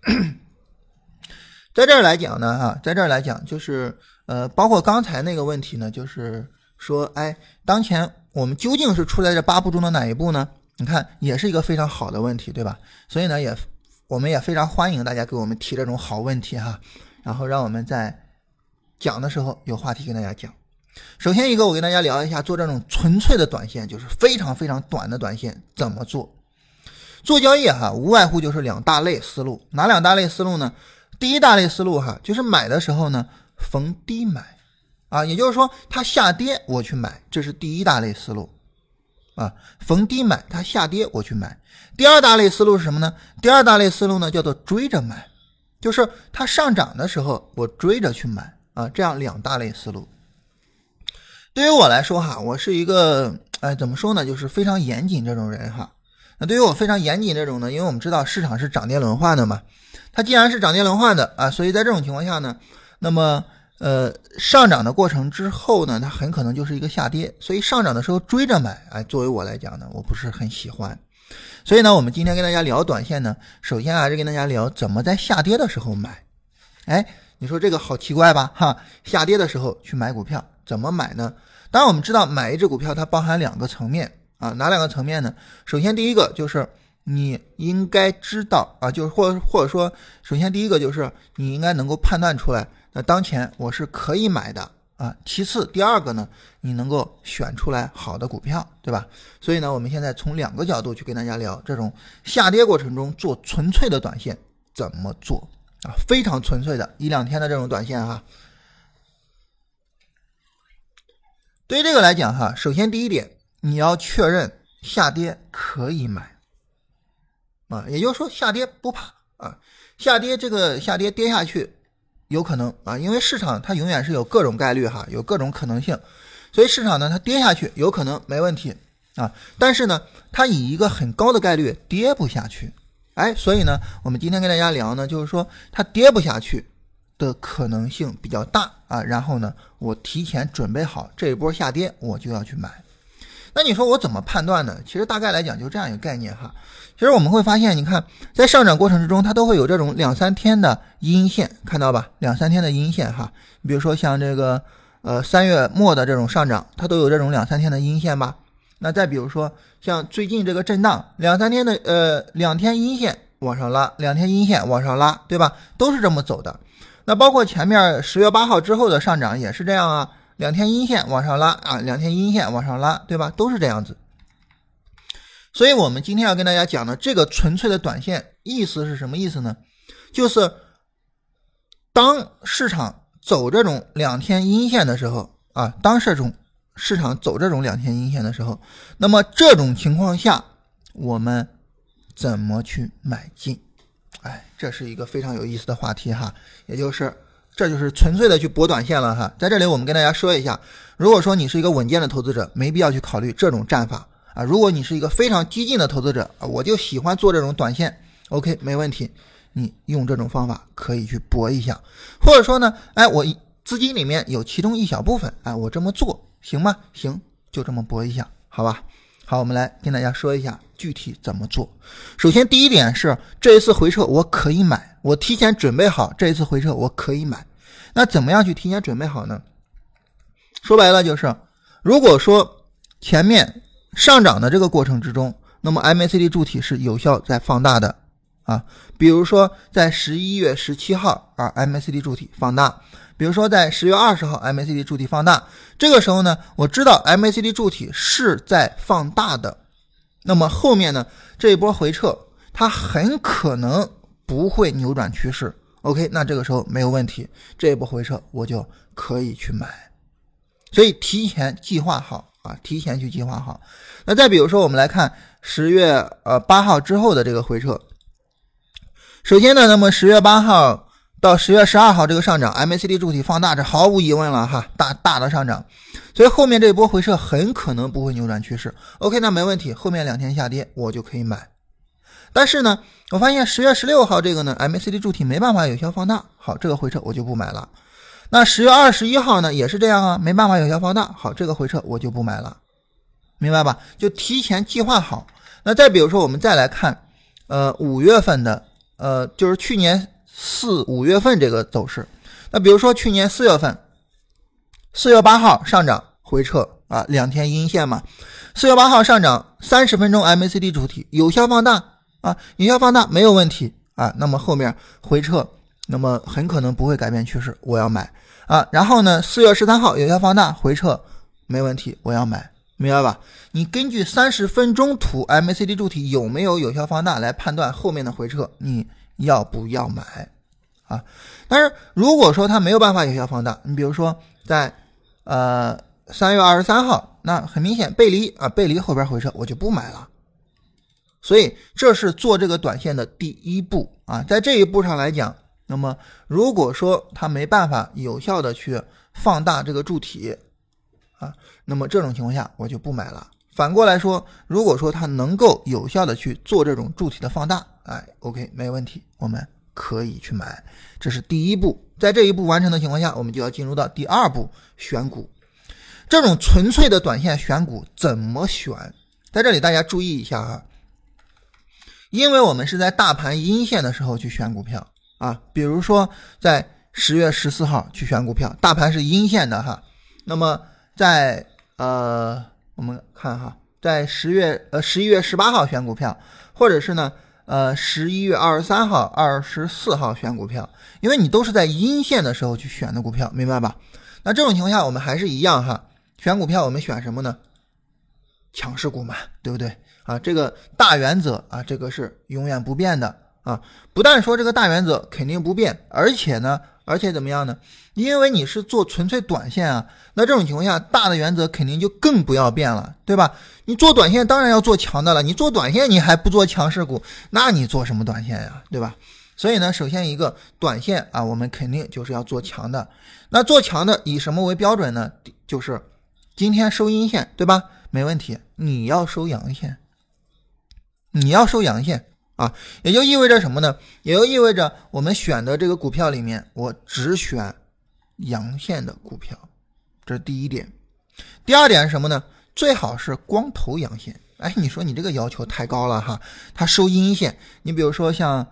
Speaker 1: 在这儿来讲呢在这儿来讲就是包括刚才那个问题呢，就是说当前我们究竟是出在这8步中的哪一步呢？你看也是一个非常好的问题，对吧？所以呢我们也非常欢迎大家给我们提这种好问题然后让我们在讲的时候有话题跟大家讲。首先一个，我跟大家聊一下做这种纯粹的短线，就是非常非常短的短线怎么做。做交易无外乎就是两大类思路。哪两大类思路呢？第一大类思路就是买的时候呢逢低买也就是说它下跌我去买，这是第一大类思路逢低买，它下跌我去买。第二大类思路是什么呢？第二大类思路呢叫做追着买，就是它上涨的时候我追着去买这样两大类思路。对于我来说我是一个怎么说呢，就是非常严谨这种人那对于我非常严谨这种呢，因为我们知道市场是涨跌轮换的嘛，它既然是涨跌轮换的所以在这种情况下呢，那么上涨的过程之后呢，它很可能就是一个下跌，所以上涨的时候追着买作为我来讲呢，我不是很喜欢。所以呢我们今天跟大家聊短线呢，首先还是跟大家聊怎么在下跌的时候买。你说这个好奇怪吧下跌的时候去买股票怎么买呢？当然我们知道买一只股票它包含两个层面哪两个层面呢？首先第一个就是你应该知道就是或者说首先第一个就是你应该能够判断出来，那当前我是可以买的其次第二个呢，你能够选出来好的股票，对吧？所以呢我们现在从两个角度去跟大家聊这种下跌过程中做纯粹的短线怎么做非常纯粹的1-2天的这种短线对于这个来讲首先第一点，你要确认下跌可以买也就是说下跌不怕下跌跌下去有可能因为市场它永远是有各种概率有各种可能性，所以市场呢它跌下去有可能没问题啊，但是呢它以一个很高的概率跌不下去。所以呢我们今天跟大家聊呢，就是说它跌不下去的可能性比较大啊，然后呢我提前准备好这一波下跌我就要去买。那你说我怎么判断呢？其实大概来讲就这样一个概念哈。其实我们会发现，你看在上涨过程之中它都会有这种2-3天的阴线，看到吧，2-3天的阴线哈。比如说像这个3月末的这种上涨，它都有这种2-3天的阴线吧。那再比如说像最近这个震荡2-3天的2天阴线往上拉，2天阴线往上拉，对吧？都是这么走的。那包括前面10月8号之后的上涨也是这样啊，2天阴线往上拉啊，2天阴线往上拉，对吧？都是这样子。所以我们今天要跟大家讲的这个纯粹的短线意思是什么意思呢？就是当市场走这种2天阴线的时候啊，当市场走这种2天阴线的时候，那么这种情况下我们怎么去买进？这是一个非常有意思的话题哈，这就是纯粹的去搏短线了哈。在这里我们跟大家说一下，如果说你是一个稳健的投资者，没必要去考虑这种战法啊。如果你是一个非常激进的投资者啊，我就喜欢做这种短线 ，OK 没问题，你用这种方法可以去搏一下。或者说呢，我资金里面有其中一小部分，我这么做行吗？行，就这么搏一下，好吧？好，我们来跟大家说一下具体怎么做。首先第一点是这一次回撤我可以买，我提前准备好这一次回撤我可以买。那怎么样去提前准备好呢？说白了就是如果说前面上涨的这个过程之中，那么 MACD 柱体是有效在放大的啊，比如说在11月17号MACD 柱体放大，比如说在10月20号 MACD 柱体放大，这个时候呢我知道 MACD 柱体是在放大的，那么后面呢这一波回撤它很可能不会扭转趋势， OK 那这个时候没有问题，这一波回撤我就可以去买。所以提前计划好啊，提前去计划好。那再比如说我们来看10月8号之后的这个回撤，首先呢那么10月8号到10月12号这个上涨 MACD 柱体放大，这毫无疑问了哈，大的上涨，所以后面这一波回撤很可能不会扭转趋势， OK 那没问题，后面2天下跌我就可以买。但是呢我发现10月16号这个呢 MACD 柱体没办法有效放大，好，这个回撤我就不买了。那10月21号呢也是这样啊，没办法有效放大，好，这个回撤我就不买了，明白吧？就提前计划好。那再比如说我们再来看5月份的就是去年5月份这个走势。那比如说去年4月份4月8号上涨回撤啊，2天阴线嘛，4月8号上涨30分钟 MACD 柱体有效放大啊，有效放大没有问题啊，那么后面回撤那么很可能不会改变趋势，我要买啊。然后呢4月13号有效放大回撤没问题，我要买，明白吧？你根据30分钟图 MACD 柱体有没有有效放大来判断后面的回撤你要不要买啊？但是如果说它没有办法有效放大，你比如说在3月23号，那很明显背离啊，背离后边回撤我就不买了。所以这是做这个短线的第一步啊，在这一步上来讲，那么如果说它没办法有效的去放大这个柱体啊，那么这种情况下我就不买了。反过来说，如果说它能够有效的去做这种柱体的放大，OK 没问题，我们可以去买。这是第一步。在这一步完成的情况下，我们就要进入到第二步，选股。这种纯粹的短线选股怎么选？在这里大家注意一下啊，因为我们是在大盘阴线的时候去选股票啊，比如说在10月14号去选股票，大盘是阴线的哈。那么在我们看哈，在11月18号选股票，或者是呢11月23号、24号选股票，因为你都是在阴线的时候去选的股票，明白吧？那这种情况下我们还是一样哈，选股票我们选什么呢？强势股嘛，对不对啊？这个大原则啊，这个是永远不变的啊。不但说这个大原则肯定不变，而且怎么样呢？因为你是做纯粹短线啊，那这种情况下大的原则肯定就更不要变了，对吧？你做短线当然要做强的了，你做短线你还不做强势股，那你做什么短线呀，对吧？所以呢，首先一个短线啊，我们肯定就是要做强的。那做强的以什么为标准呢？就是今天收阴线，对吧？没问题， 你要收阳线，你要收阳线啊，也就意味着什么呢？也就意味着我们选的这个股票里面，我只选阳线的股票，这是第一点。第二点是什么呢？最好是光头阳线。哎，你说你这个要求太高了哈，它收阴线，你比如说像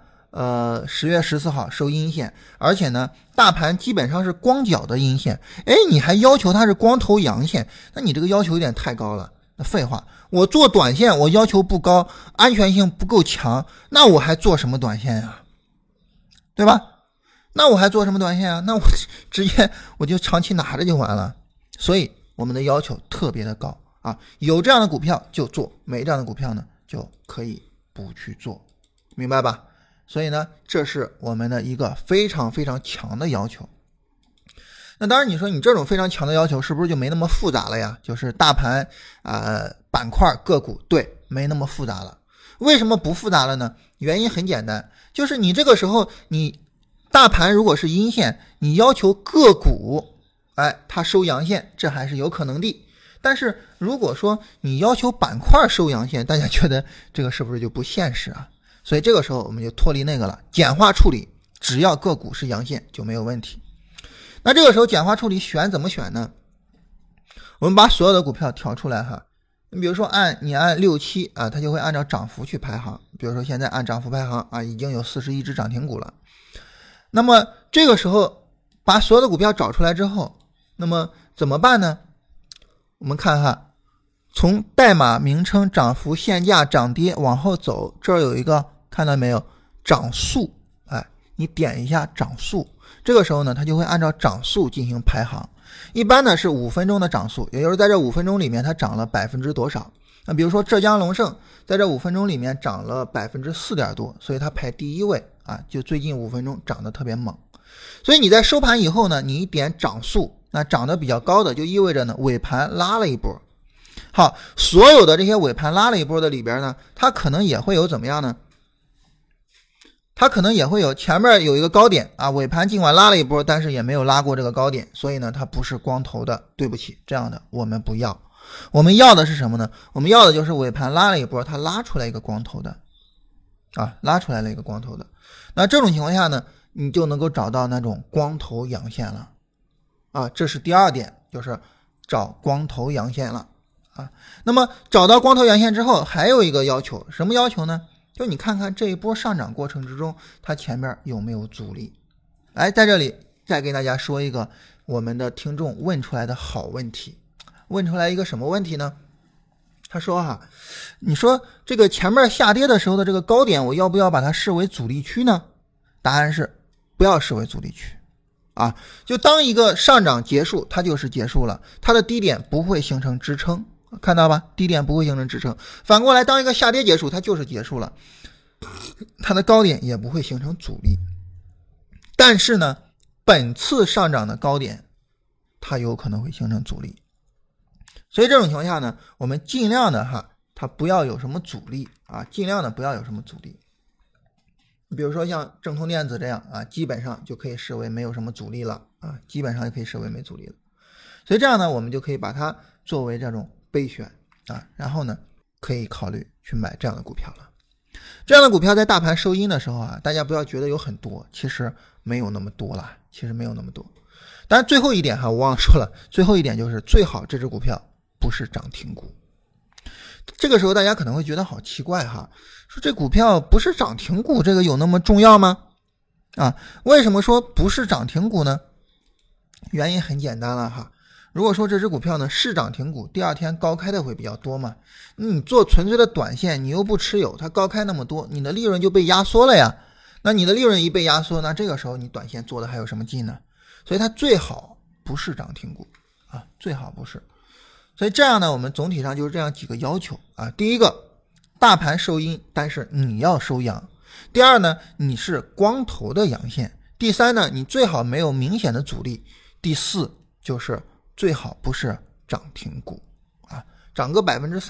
Speaker 1: 10月14号收阴线，而且呢大盘基本上是光脚的阴线，哎，你还要求它是光头阳线，那你这个要求有点太高了。那废话，我做短线我要求不高，安全性不够强，那我还做什么短线呀？对吧？那我还做什么短线啊？那我直接我就长期拿着就完了。所以我们的要求特别的高啊，有这样的股票就做，没这样的股票呢就可以不去做，明白吧？所以呢，这是我们的一个非常非常强的要求。那当然你说你这种非常强的要求是不是就没那么复杂了呀？就是大盘板块个股，对，没那么复杂了。为什么不复杂了呢？原因很简单，就是你这个时候你大盘如果是阴线，你要求个股它收阳线，这还是有可能的。但是如果说你要求板块收阳线，大家觉得这个是不是就不现实啊？所以这个时候我们就脱离那个了，简化处理，只要个股是阳线就没有问题。那这个时候简化处理选怎么选呢？我们把所有的股票调出来哈，你比如说你按6、7它就会按照涨幅去排行。比如说现在按涨幅排行已经有41只涨停股了。那么这个时候把所有的股票找出来之后，那么怎么办呢？我们看哈，从代码名称、涨幅、现价、涨跌往后走，这儿有一个看到没有？涨速，你点一下涨速，这个时候呢，它就会按照涨速进行排行。一般呢是5分钟的涨速，也就是在这5分钟里面它涨了多少。那比如说浙江龙盛在这5分钟里面涨了4点多，所以它排第一位就最近5分钟涨得特别猛。所以你在收盘以后呢，你一点涨速，那涨得比较高的就意味着呢尾盘拉了一波。好，所有的这些尾盘拉了一波的里边呢，它可能也会有怎么样呢？它可能也会有前面有一个高点尾盘尽管拉了一波，但是也没有拉过这个高点，所以呢它不是光头的，对不起，这样的我们不要。我们要的是什么呢？我们要的就是尾盘拉了一波，它拉出来一个光头的拉出来了一个光头的。那这种情况下呢，你就能够找到那种光头阳线了这是第二点，就是找光头阳线了那么找到光头阳线之后，还有一个要求，什么要求呢？就你看看这一波上涨过程之中，它前面有没有阻力。在这里再给大家说一个我们的听众问出来的好问题。问出来一个什么问题呢？他说你说这个前面下跌的时候的这个高点，我要不要把它视为阻力区呢？答案是不要视为阻力区就当一个上涨结束，它就是结束了，它的低点不会形成支撑，看到吧？低点不会形成支撑。反过来，当一个下跌结束，它就是结束了，它的高点也不会形成阻力。但是呢，本次上涨的高点它有可能会形成阻力。所以这种情况下呢，我们尽量的它不要有什么阻力尽量的不要有什么阻力。比如说像正通电子这样基本上就可以视为没有什么阻力了基本上就可以视为没阻力了。所以这样呢，我们就可以把它作为这种备选然后呢可以考虑去买这样的股票了。这样的股票在大盘收阴的时候大家不要觉得有很多，其实没有那么多了，当然最后一点我忘了说了，最后一点就是最好这只股票不是涨停股。这个时候大家可能会觉得好奇怪说这股票不是涨停股，这个有那么重要吗？为什么说不是涨停股呢？原因很简单了如果说这只股票呢是涨停股，第二天高开的会比较多嘛，你做纯粹的短线，你又不持有，它高开那么多，你的利润就被压缩了呀。那你的利润一被压缩，那这个时候你短线做的还有什么劲呢？所以它最好不是涨停股最好不是。所以这样呢，我们总体上就是这样几个要求第一个，大盘收阴，但是你要收阳。第二呢，你是光头的阳线。第三呢，你最好没有明显的阻力。第四就是最好不是涨停股涨个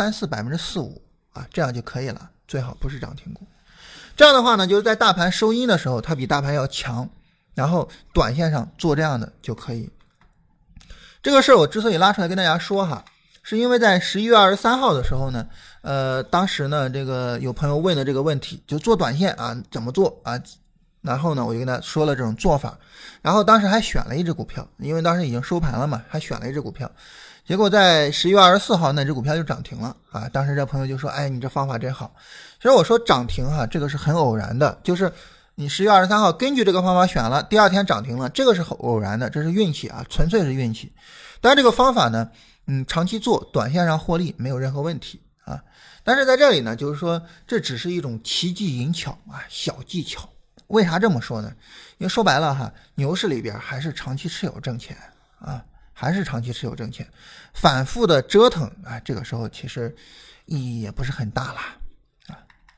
Speaker 1: 3%、4%、4%、5%这样就可以了，最好不是涨停股。这样的话呢，就是在大盘收阴的时候，它比大盘要强，然后短线上做这样的就可以。这个事儿我之所以拉出来跟大家说是因为在11月23号的时候呢，当时呢这个有朋友问的这个问题，就做短线啊怎么做啊？然后呢我就跟他说了这种做法，然后当时还选了一只股票，因为当时已经收盘了嘛，还选了一只股票。结果在11月24号那只股票就涨停了啊！当时这朋友就说：“哎，你这方法真好。”其实我说涨停这个是很偶然的，就是你10月23号根据这个方法选了，第二天涨停了，这个是很偶然的，这是运气啊，纯粹是运气。但是这个方法呢，长期做，短线上获利没有任何问题啊。但是在这里呢，就是说这只是一种奇技淫巧啊，小技巧。为啥这么说呢？因为说白了牛市里边还是长期持有挣钱啊。还是长期持有挣钱，反复的折腾啊，这个时候其实意义也不是很大了啊。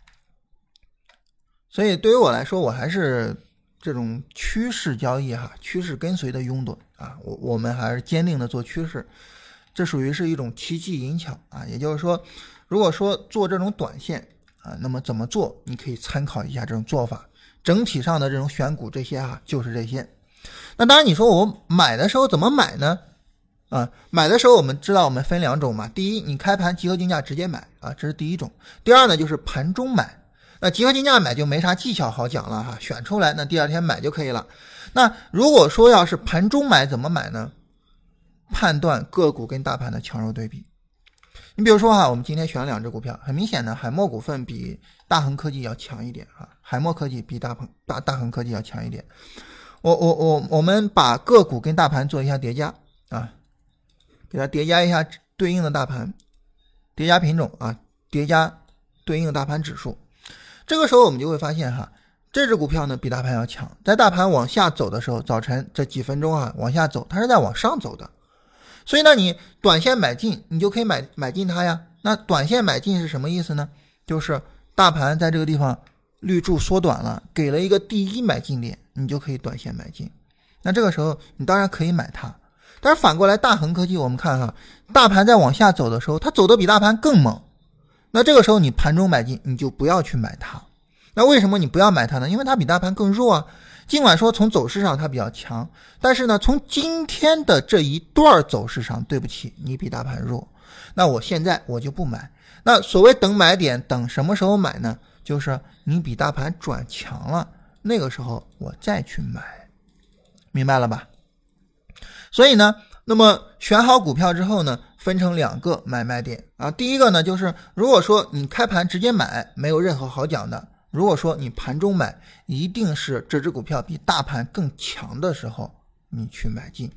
Speaker 1: 所以对于我来说，我还是这种趋势交易趋势跟随的拥趸啊，我们还是坚定的做趋势，这属于是一种奇技淫巧啊。也就是说，如果说做这种短线啊，那么怎么做，你可以参考一下这种做法，整体上的这种选股这些就是这些。那当然你说我买的时候怎么买呢？买的时候我们知道我们分两种嘛，第一你开盘集合竞价直接买啊，这是第一种。第二呢就是盘中买，那集合竞价买就没啥技巧好讲了选出来那第二天买就可以了。那如果说要是盘中买怎么买呢？判断个股跟大盘的强弱对比。你比如说我们今天选了两只股票，很明显的海默股份比大恒科技要强一点海默科技比大恒科技要强一点。我们把个股跟大盘做一下叠加给它叠加一下对应的大盘，叠加品种叠加对应的大盘指数。这个时候我们就会发现这只股票呢比大盘要强，在大盘往下走的时候，早晨这几分钟往下走，它是在往上走的。所以呢你短线买进，你就可以买进它呀。那短线买进是什么意思呢？就是大盘在这个地方绿柱缩短了，给了一个第一买进点，你就可以短线买进。那这个时候你当然可以买它。但是反过来大恒科技我们看大盘在往下走的时候，它走得比大盘更猛，那这个时候你盘中买进，你就不要去买它。那为什么你不要买它呢？因为它比大盘更弱尽管说从走势上它比较强，但是呢从今天的这一段走势上，对不起，你比大盘弱，那我现在我就不买。那所谓等买点，等什么时候买呢？就是你比大盘转强了，那个时候我再去买，明白了吧？所以呢，那么选好股票之后呢，分成两个买卖点第一个呢，就是如果说你开盘直接买，没有任何好讲的。如果说你盘中买，一定是这只股票比大盘更强的时候，你去买进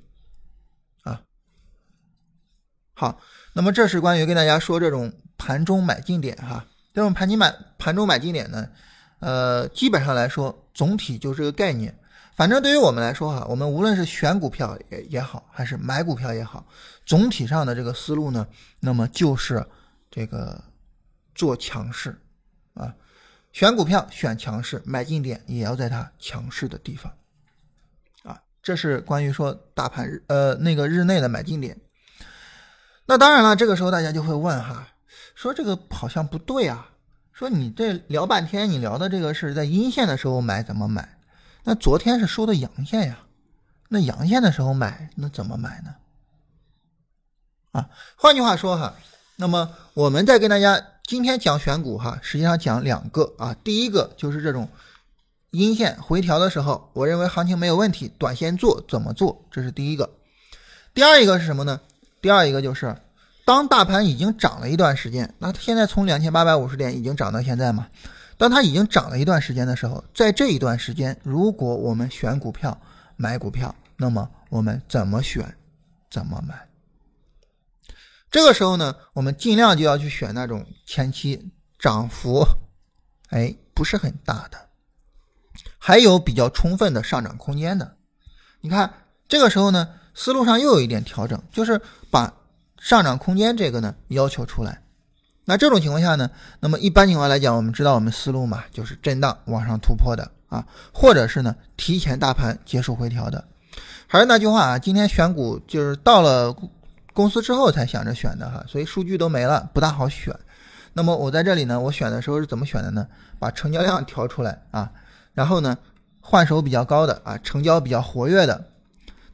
Speaker 1: 好，那么这是关于跟大家说这种盘中买进点这种盘中买进点呢，基本上来说总体就是个概念。反正对于我们来说我们无论是选股票也好，还是买股票也好，总体上的这个思路呢，那么就是这个做强势选股票选强势，买进点也要在它强势的地方这是关于说大盘那个日内的买进点。那当然了，这个时候大家就会问说这个好像不对说你这聊半天，你聊的这个是在阴线的时候买怎么买？那昨天是收的阳线呀，那阳线的时候买，那怎么买呢？换句话说那么我们再跟大家今天讲选股实际上讲两个第一个就是这种阴线回调的时候，我认为行情没有问题，短线做怎么做，这是第一个。第二一个是什么呢？第二一个就是当大盘已经涨了一段时间，那现在从2850点已经涨到现在嘛，当它已经涨了一段时间的时候，在这一段时间，如果我们选股票买股票，那么我们怎么选怎么买。这个时候呢，我们尽量就要去选那种前期涨幅不是很大的，还有比较充分的上涨空间的。你看这个时候呢，思路上又有一点调整，就是把上涨空间这个呢要求出来。那这种情况下呢，那么一般情况来讲，我们知道我们思路嘛，就是震荡往上突破的或者是呢提前大盘结束回调的。还是那句话今天选股就是到了公司之后才想着选的所以数据都没了，不大好选。那么我在这里呢，我选的时候是怎么选的呢？把成交量调出来然后呢换手比较高的成交比较活跃的。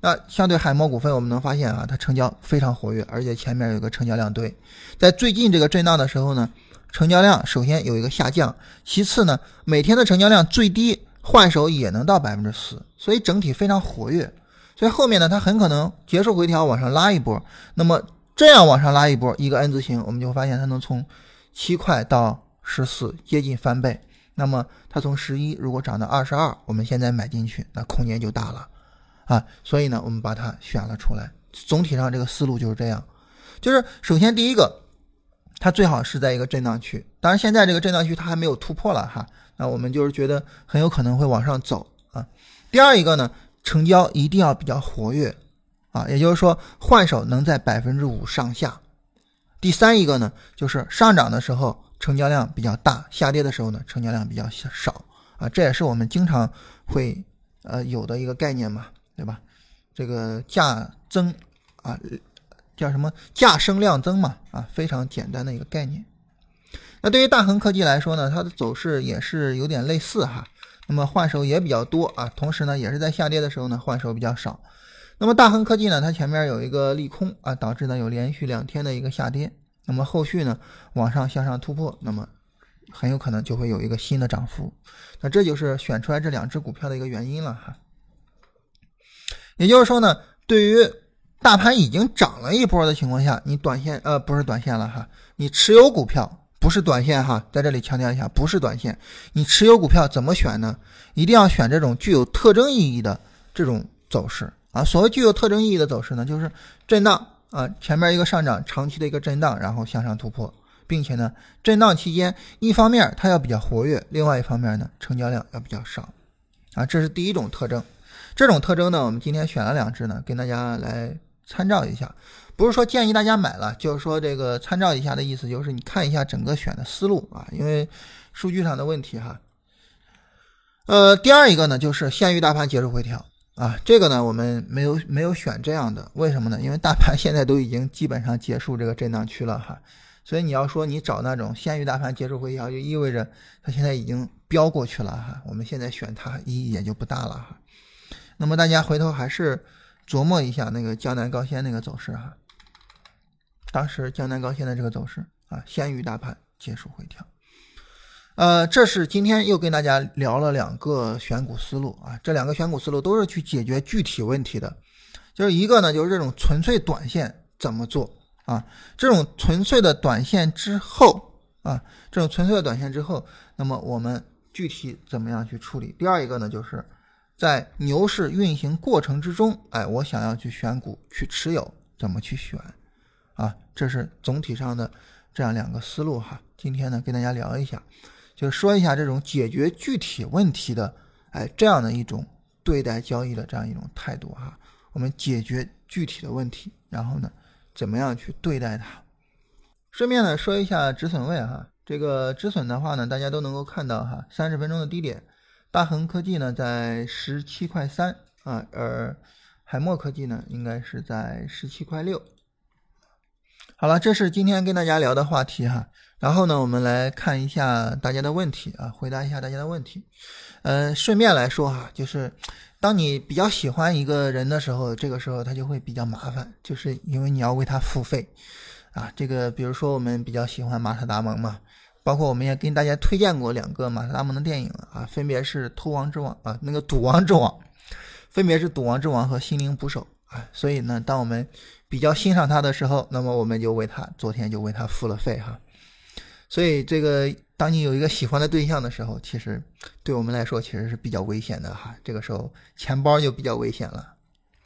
Speaker 1: 那相对海默股份我们能发现啊，它成交非常活跃，而且前面有一个成交量堆。在最近这个震荡的时候呢，成交量首先有一个下降，其次呢，每天的成交量最低换手也能到 4%， 所以整体非常活跃。所以后面呢，它很可能结束回调往上拉一波。那么这样往上拉一波，一个 N 字形，我们就会发现它能从7块到14，接近翻倍。那么它从11如果涨到22，我们现在买进去，那空间就大了啊。所以呢，我们把它选了出来。总体上这个思路就是这样，就是首先第一个，它最好是在一个震荡区，当然现在这个震荡区它还没有突破了哈，那我们就是觉得很有可能会往上走啊。第二一个呢，成交一定要比较活跃啊，也就是说换手能在 5% 上下。第三一个呢，就是上涨的时候成交量比较大，下跌的时候呢成交量比较少啊，这也是我们经常会有的一个概念嘛，对吧？这个价增啊，叫什么价升量增嘛啊，非常简单的一个概念。那对于大恒科技来说呢，它的走势也是有点类似哈，那么换手也比较多啊，同时呢也是在下跌的时候呢换手比较少。那么大恒科技呢，它前面有一个利空啊，导致呢有连续2天的一个下跌，那么后续呢往上向上突破，那么很有可能就会有一个新的涨幅。那这就是选出来这2只股票的一个原因了哈。也就是说呢，对于大盘已经涨了一波的情况下，你短线不是短线了哈，你持有股票不是短线哈，在这里强调一下，不是短线，你持有股票怎么选呢？一定要选这种具有特征意义的这种走势啊。所谓具有特征意义的走势呢，就是震荡啊，前面一个上涨，长期的一个震荡，然后向上突破，并且呢，震荡期间一方面它要比较活跃，另外一方面呢，成交量要比较少啊，这是第一种特征。这种特征呢，我们今天选了2只呢，跟大家来参照一下，不是说建议大家买了，就是说这个参照一下的意思，就是你看一下整个选的思路啊，因为数据上的问题哈。第二一个呢，就是限于大盘结束回调啊，这个呢我们没有选这样的，为什么呢？因为大盘现在都已经基本上结束这个震荡区了哈，所以你要说你找那种限于大盘结束回调，就意味着它现在已经飙过去了哈，我们现在选它意义也就不大了哈。那么大家回头还是琢磨一下那个江南高纤那个走势哈，当时江南高纤的这个走势啊，限于大盘结束回调。这是今天又跟大家聊了2个选股思路啊，这2个选股思路都是去解决具体问题的。就是一个呢，就是这种纯粹短线怎么做啊？这种纯粹的短线之后啊，那么我们具体怎么样去处理？第二一个呢，就是在牛市运行过程之中，我想要去选股去持有，怎么去选啊？这是总体上的这样2个思路哈。今天呢，跟大家聊一下。就是说一下这种解决具体问题的这样的一种对待交易的这样一种态度哈。我们解决具体的问题，然后呢怎么样去对待它。顺便呢说一下止损位哈，这个止损的话呢大家都能够看到哈，30分钟的低点大恒科技呢在17.3块啊，而海默科技呢应该是在17.6块。好了，这是今天跟大家聊的话题哈。然后呢，我们来看一下大家的问题啊，回答一下大家的问题。顺便来说哈，就是当你比较喜欢一个人的时候，这个时候他就会比较麻烦，就是因为你要为他付费啊。这个比如说我们比较喜欢马特达蒙嘛，包括我们也跟大家推荐过2个马特达蒙的电影啊，分别是偷王之王啊，那个赌王之王，分别是赌王之王和心灵捕手啊。所以呢，当我们比较欣赏他的时候，那么我们就昨天就为他付了费哈。所以这个当你有一个喜欢的对象的时候，其实对我们来说其实是比较危险的哈，这个时候钱包就比较危险了。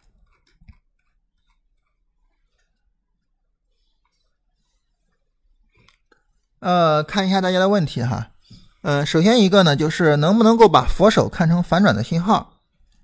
Speaker 1: 看一下大家的问题哈。首先一个呢，就是能不能够把佛手看成反转的信号？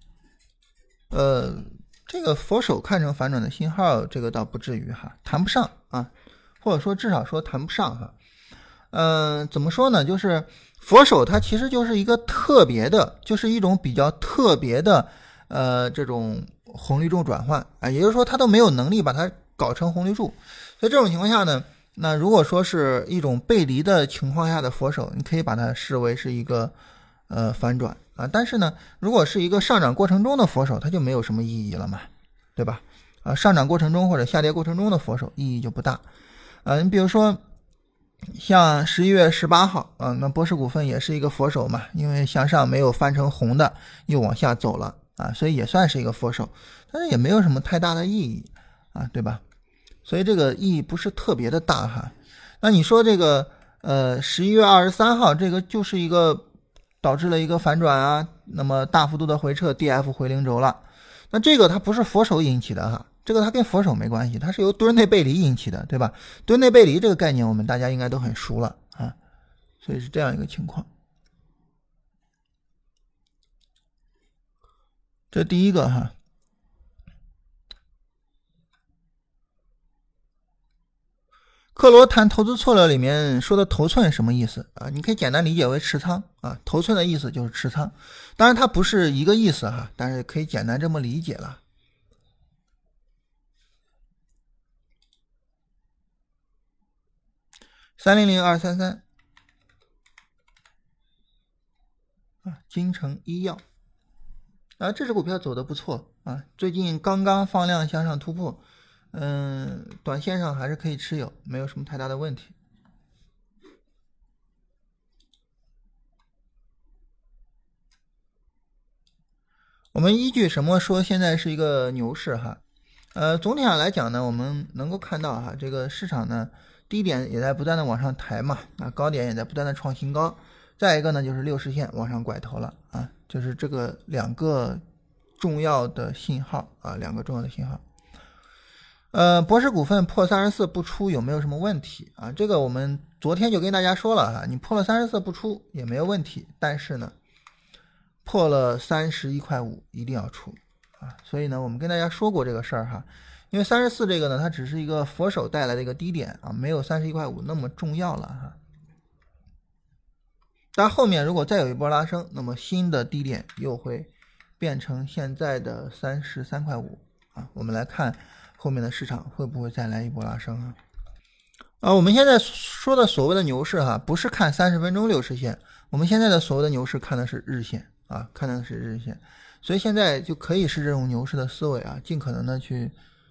Speaker 1: 这个佛手看成反转的信号，这个倒不至于哈，谈不上啊，或者说至少说谈不上哈。怎么说呢？就是佛手它其实就是一个特别的，就是一种比较特别的这种红绿柱转换啊，也就是说它都没有能力把它搞成红绿柱。所以这种情况下呢，那如果说是一种背离的情况下的佛手，你可以把它视为是一个反转啊。但是呢，如果是一个上涨过程中的佛手，它就没有什么意义了嘛对吧？上涨过程中或者下跌过程中的佛手意义就不大。你比如说像11月18号那博士股份也是一个佛手嘛，因为向上没有翻成红的又往下走了所以也算是一个佛手，但是也没有什么太大的意义对吧？所以这个意义不是特别的大哈。那你说这个11月23号这个就是一个导致了一个反转那么大幅度的回撤 DF 回零轴了，那这个它不是佛手引起的哈，这个它跟佛手没关系，它是由墩内背离引起的，对吧？墩内背离这个概念我们大家应该都很熟了所以是这样一个情况。这第一个哈。克罗谈投资策略里面说的头寸什么意思你可以简单理解为持仓头寸的意思就是持仓，当然它不是一个意思但是可以简单这么理解了。300233金城医药这只股票走得不错最近刚刚放量向上突破，短线上还是可以持有，没有什么太大的问题。我们依据什么说现在是一个牛市总体上来讲呢，我们能够看到这个市场呢低点也在不断的往上抬嘛高点也在不断的创新高，再一个呢就是60线往上拐头了就是这个两个重要的信号两个重要的信号。博士股份破34不出有没有什么问题这个我们昨天就跟大家说了你破了34不出也没有问题，但是呢破了31.5块一定要出所以呢我们跟大家说过这个事儿因为34这个呢它只是一个佛手带来的一个低点没有31.5块那么重要了但后面如果再有一波拉升，那么新的低点又会变成现在的33.5块我们来看后面的市场会不会再来一波拉升我们现在说的所谓的牛市不是看30分钟60线，我们现在的所谓的牛市看的是日线看的是日线，所以现在就可以是这种牛市的思维尽可能的去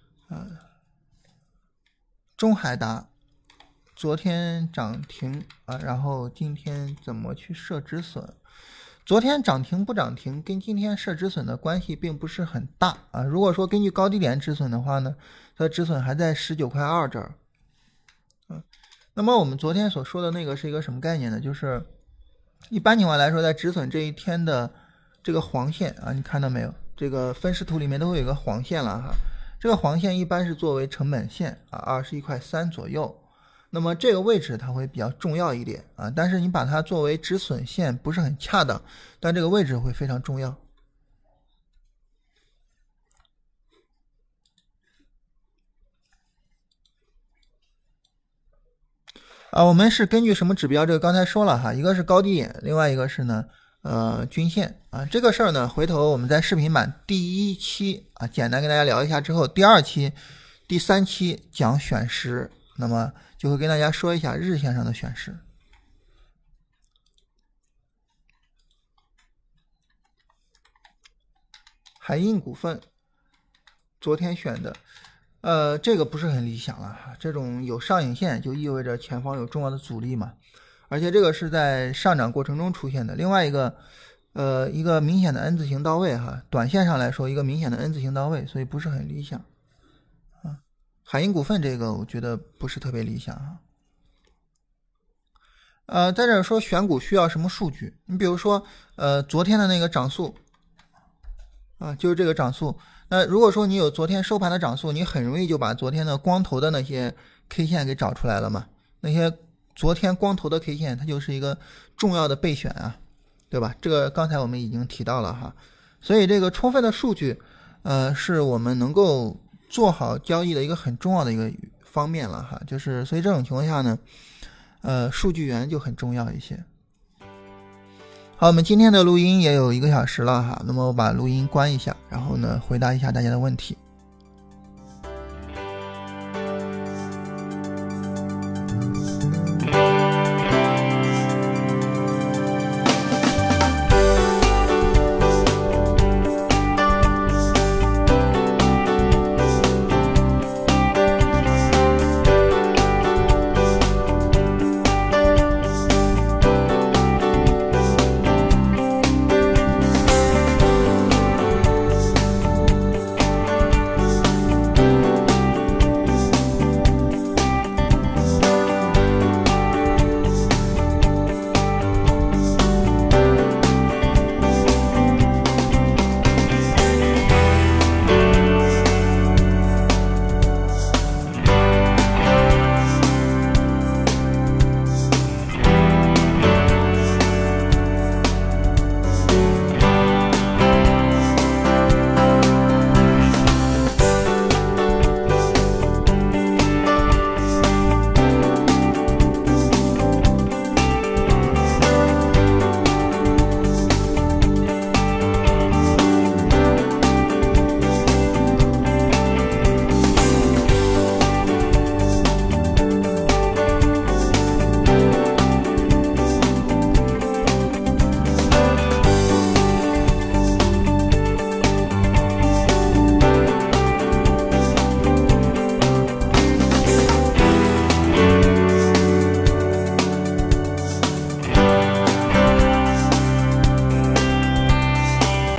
Speaker 1: 中海达昨天涨停然后今天怎么去设止损？昨天涨停不涨停跟今天设止损的关系并不是很大如果说根据高低点止损的话呢，它的止损还在19.2块这儿那么我们昨天所说的那个是一个什么概念呢？就是一般情况来说，在止损这一天的这个黄线你看到没有？这个分时图里面都会有一个黄线了这个黄线一般是作为成本线21.3块左右，那么这个位置它会比较重要一点但是你把它作为止损线不是很恰当，但这个位置会非常重要我们是根据什么指标？这个刚才说了一个是高低点，另外一个是呢均线这个事儿呢回头我们在视频版第一期简单跟大家聊一下之后，第二期第三期讲选时，那么就会跟大家说一下日线上的选时。海印股份昨天选的这个不是很理想了这种有上影线就意味着前方有重要的阻力嘛，而且这个是在上涨过程中出现的。另外一个一个明显的 N 字形到位短线上来说一个明显的 N 字形到位，所以不是很理想海印股份这个我觉得不是特别理想在这说选股需要什么数据？你比如说昨天的那个涨速就是这个涨速，那如果说你有昨天收盘的涨速，你很容易就把昨天的光头的那些 K 线给找出来了嘛。那些昨天光头的 K 线它就是一个重要的备选对吧？这个刚才我们已经提到了所以这个充分的数据是我们能够做好交易的一个很重要的一个方面了就是所以这种情况下呢数据源就很重要一些。好，我们今天的录音也有1个小时了那么我把录音关一下，然后呢回答一下大家的问题。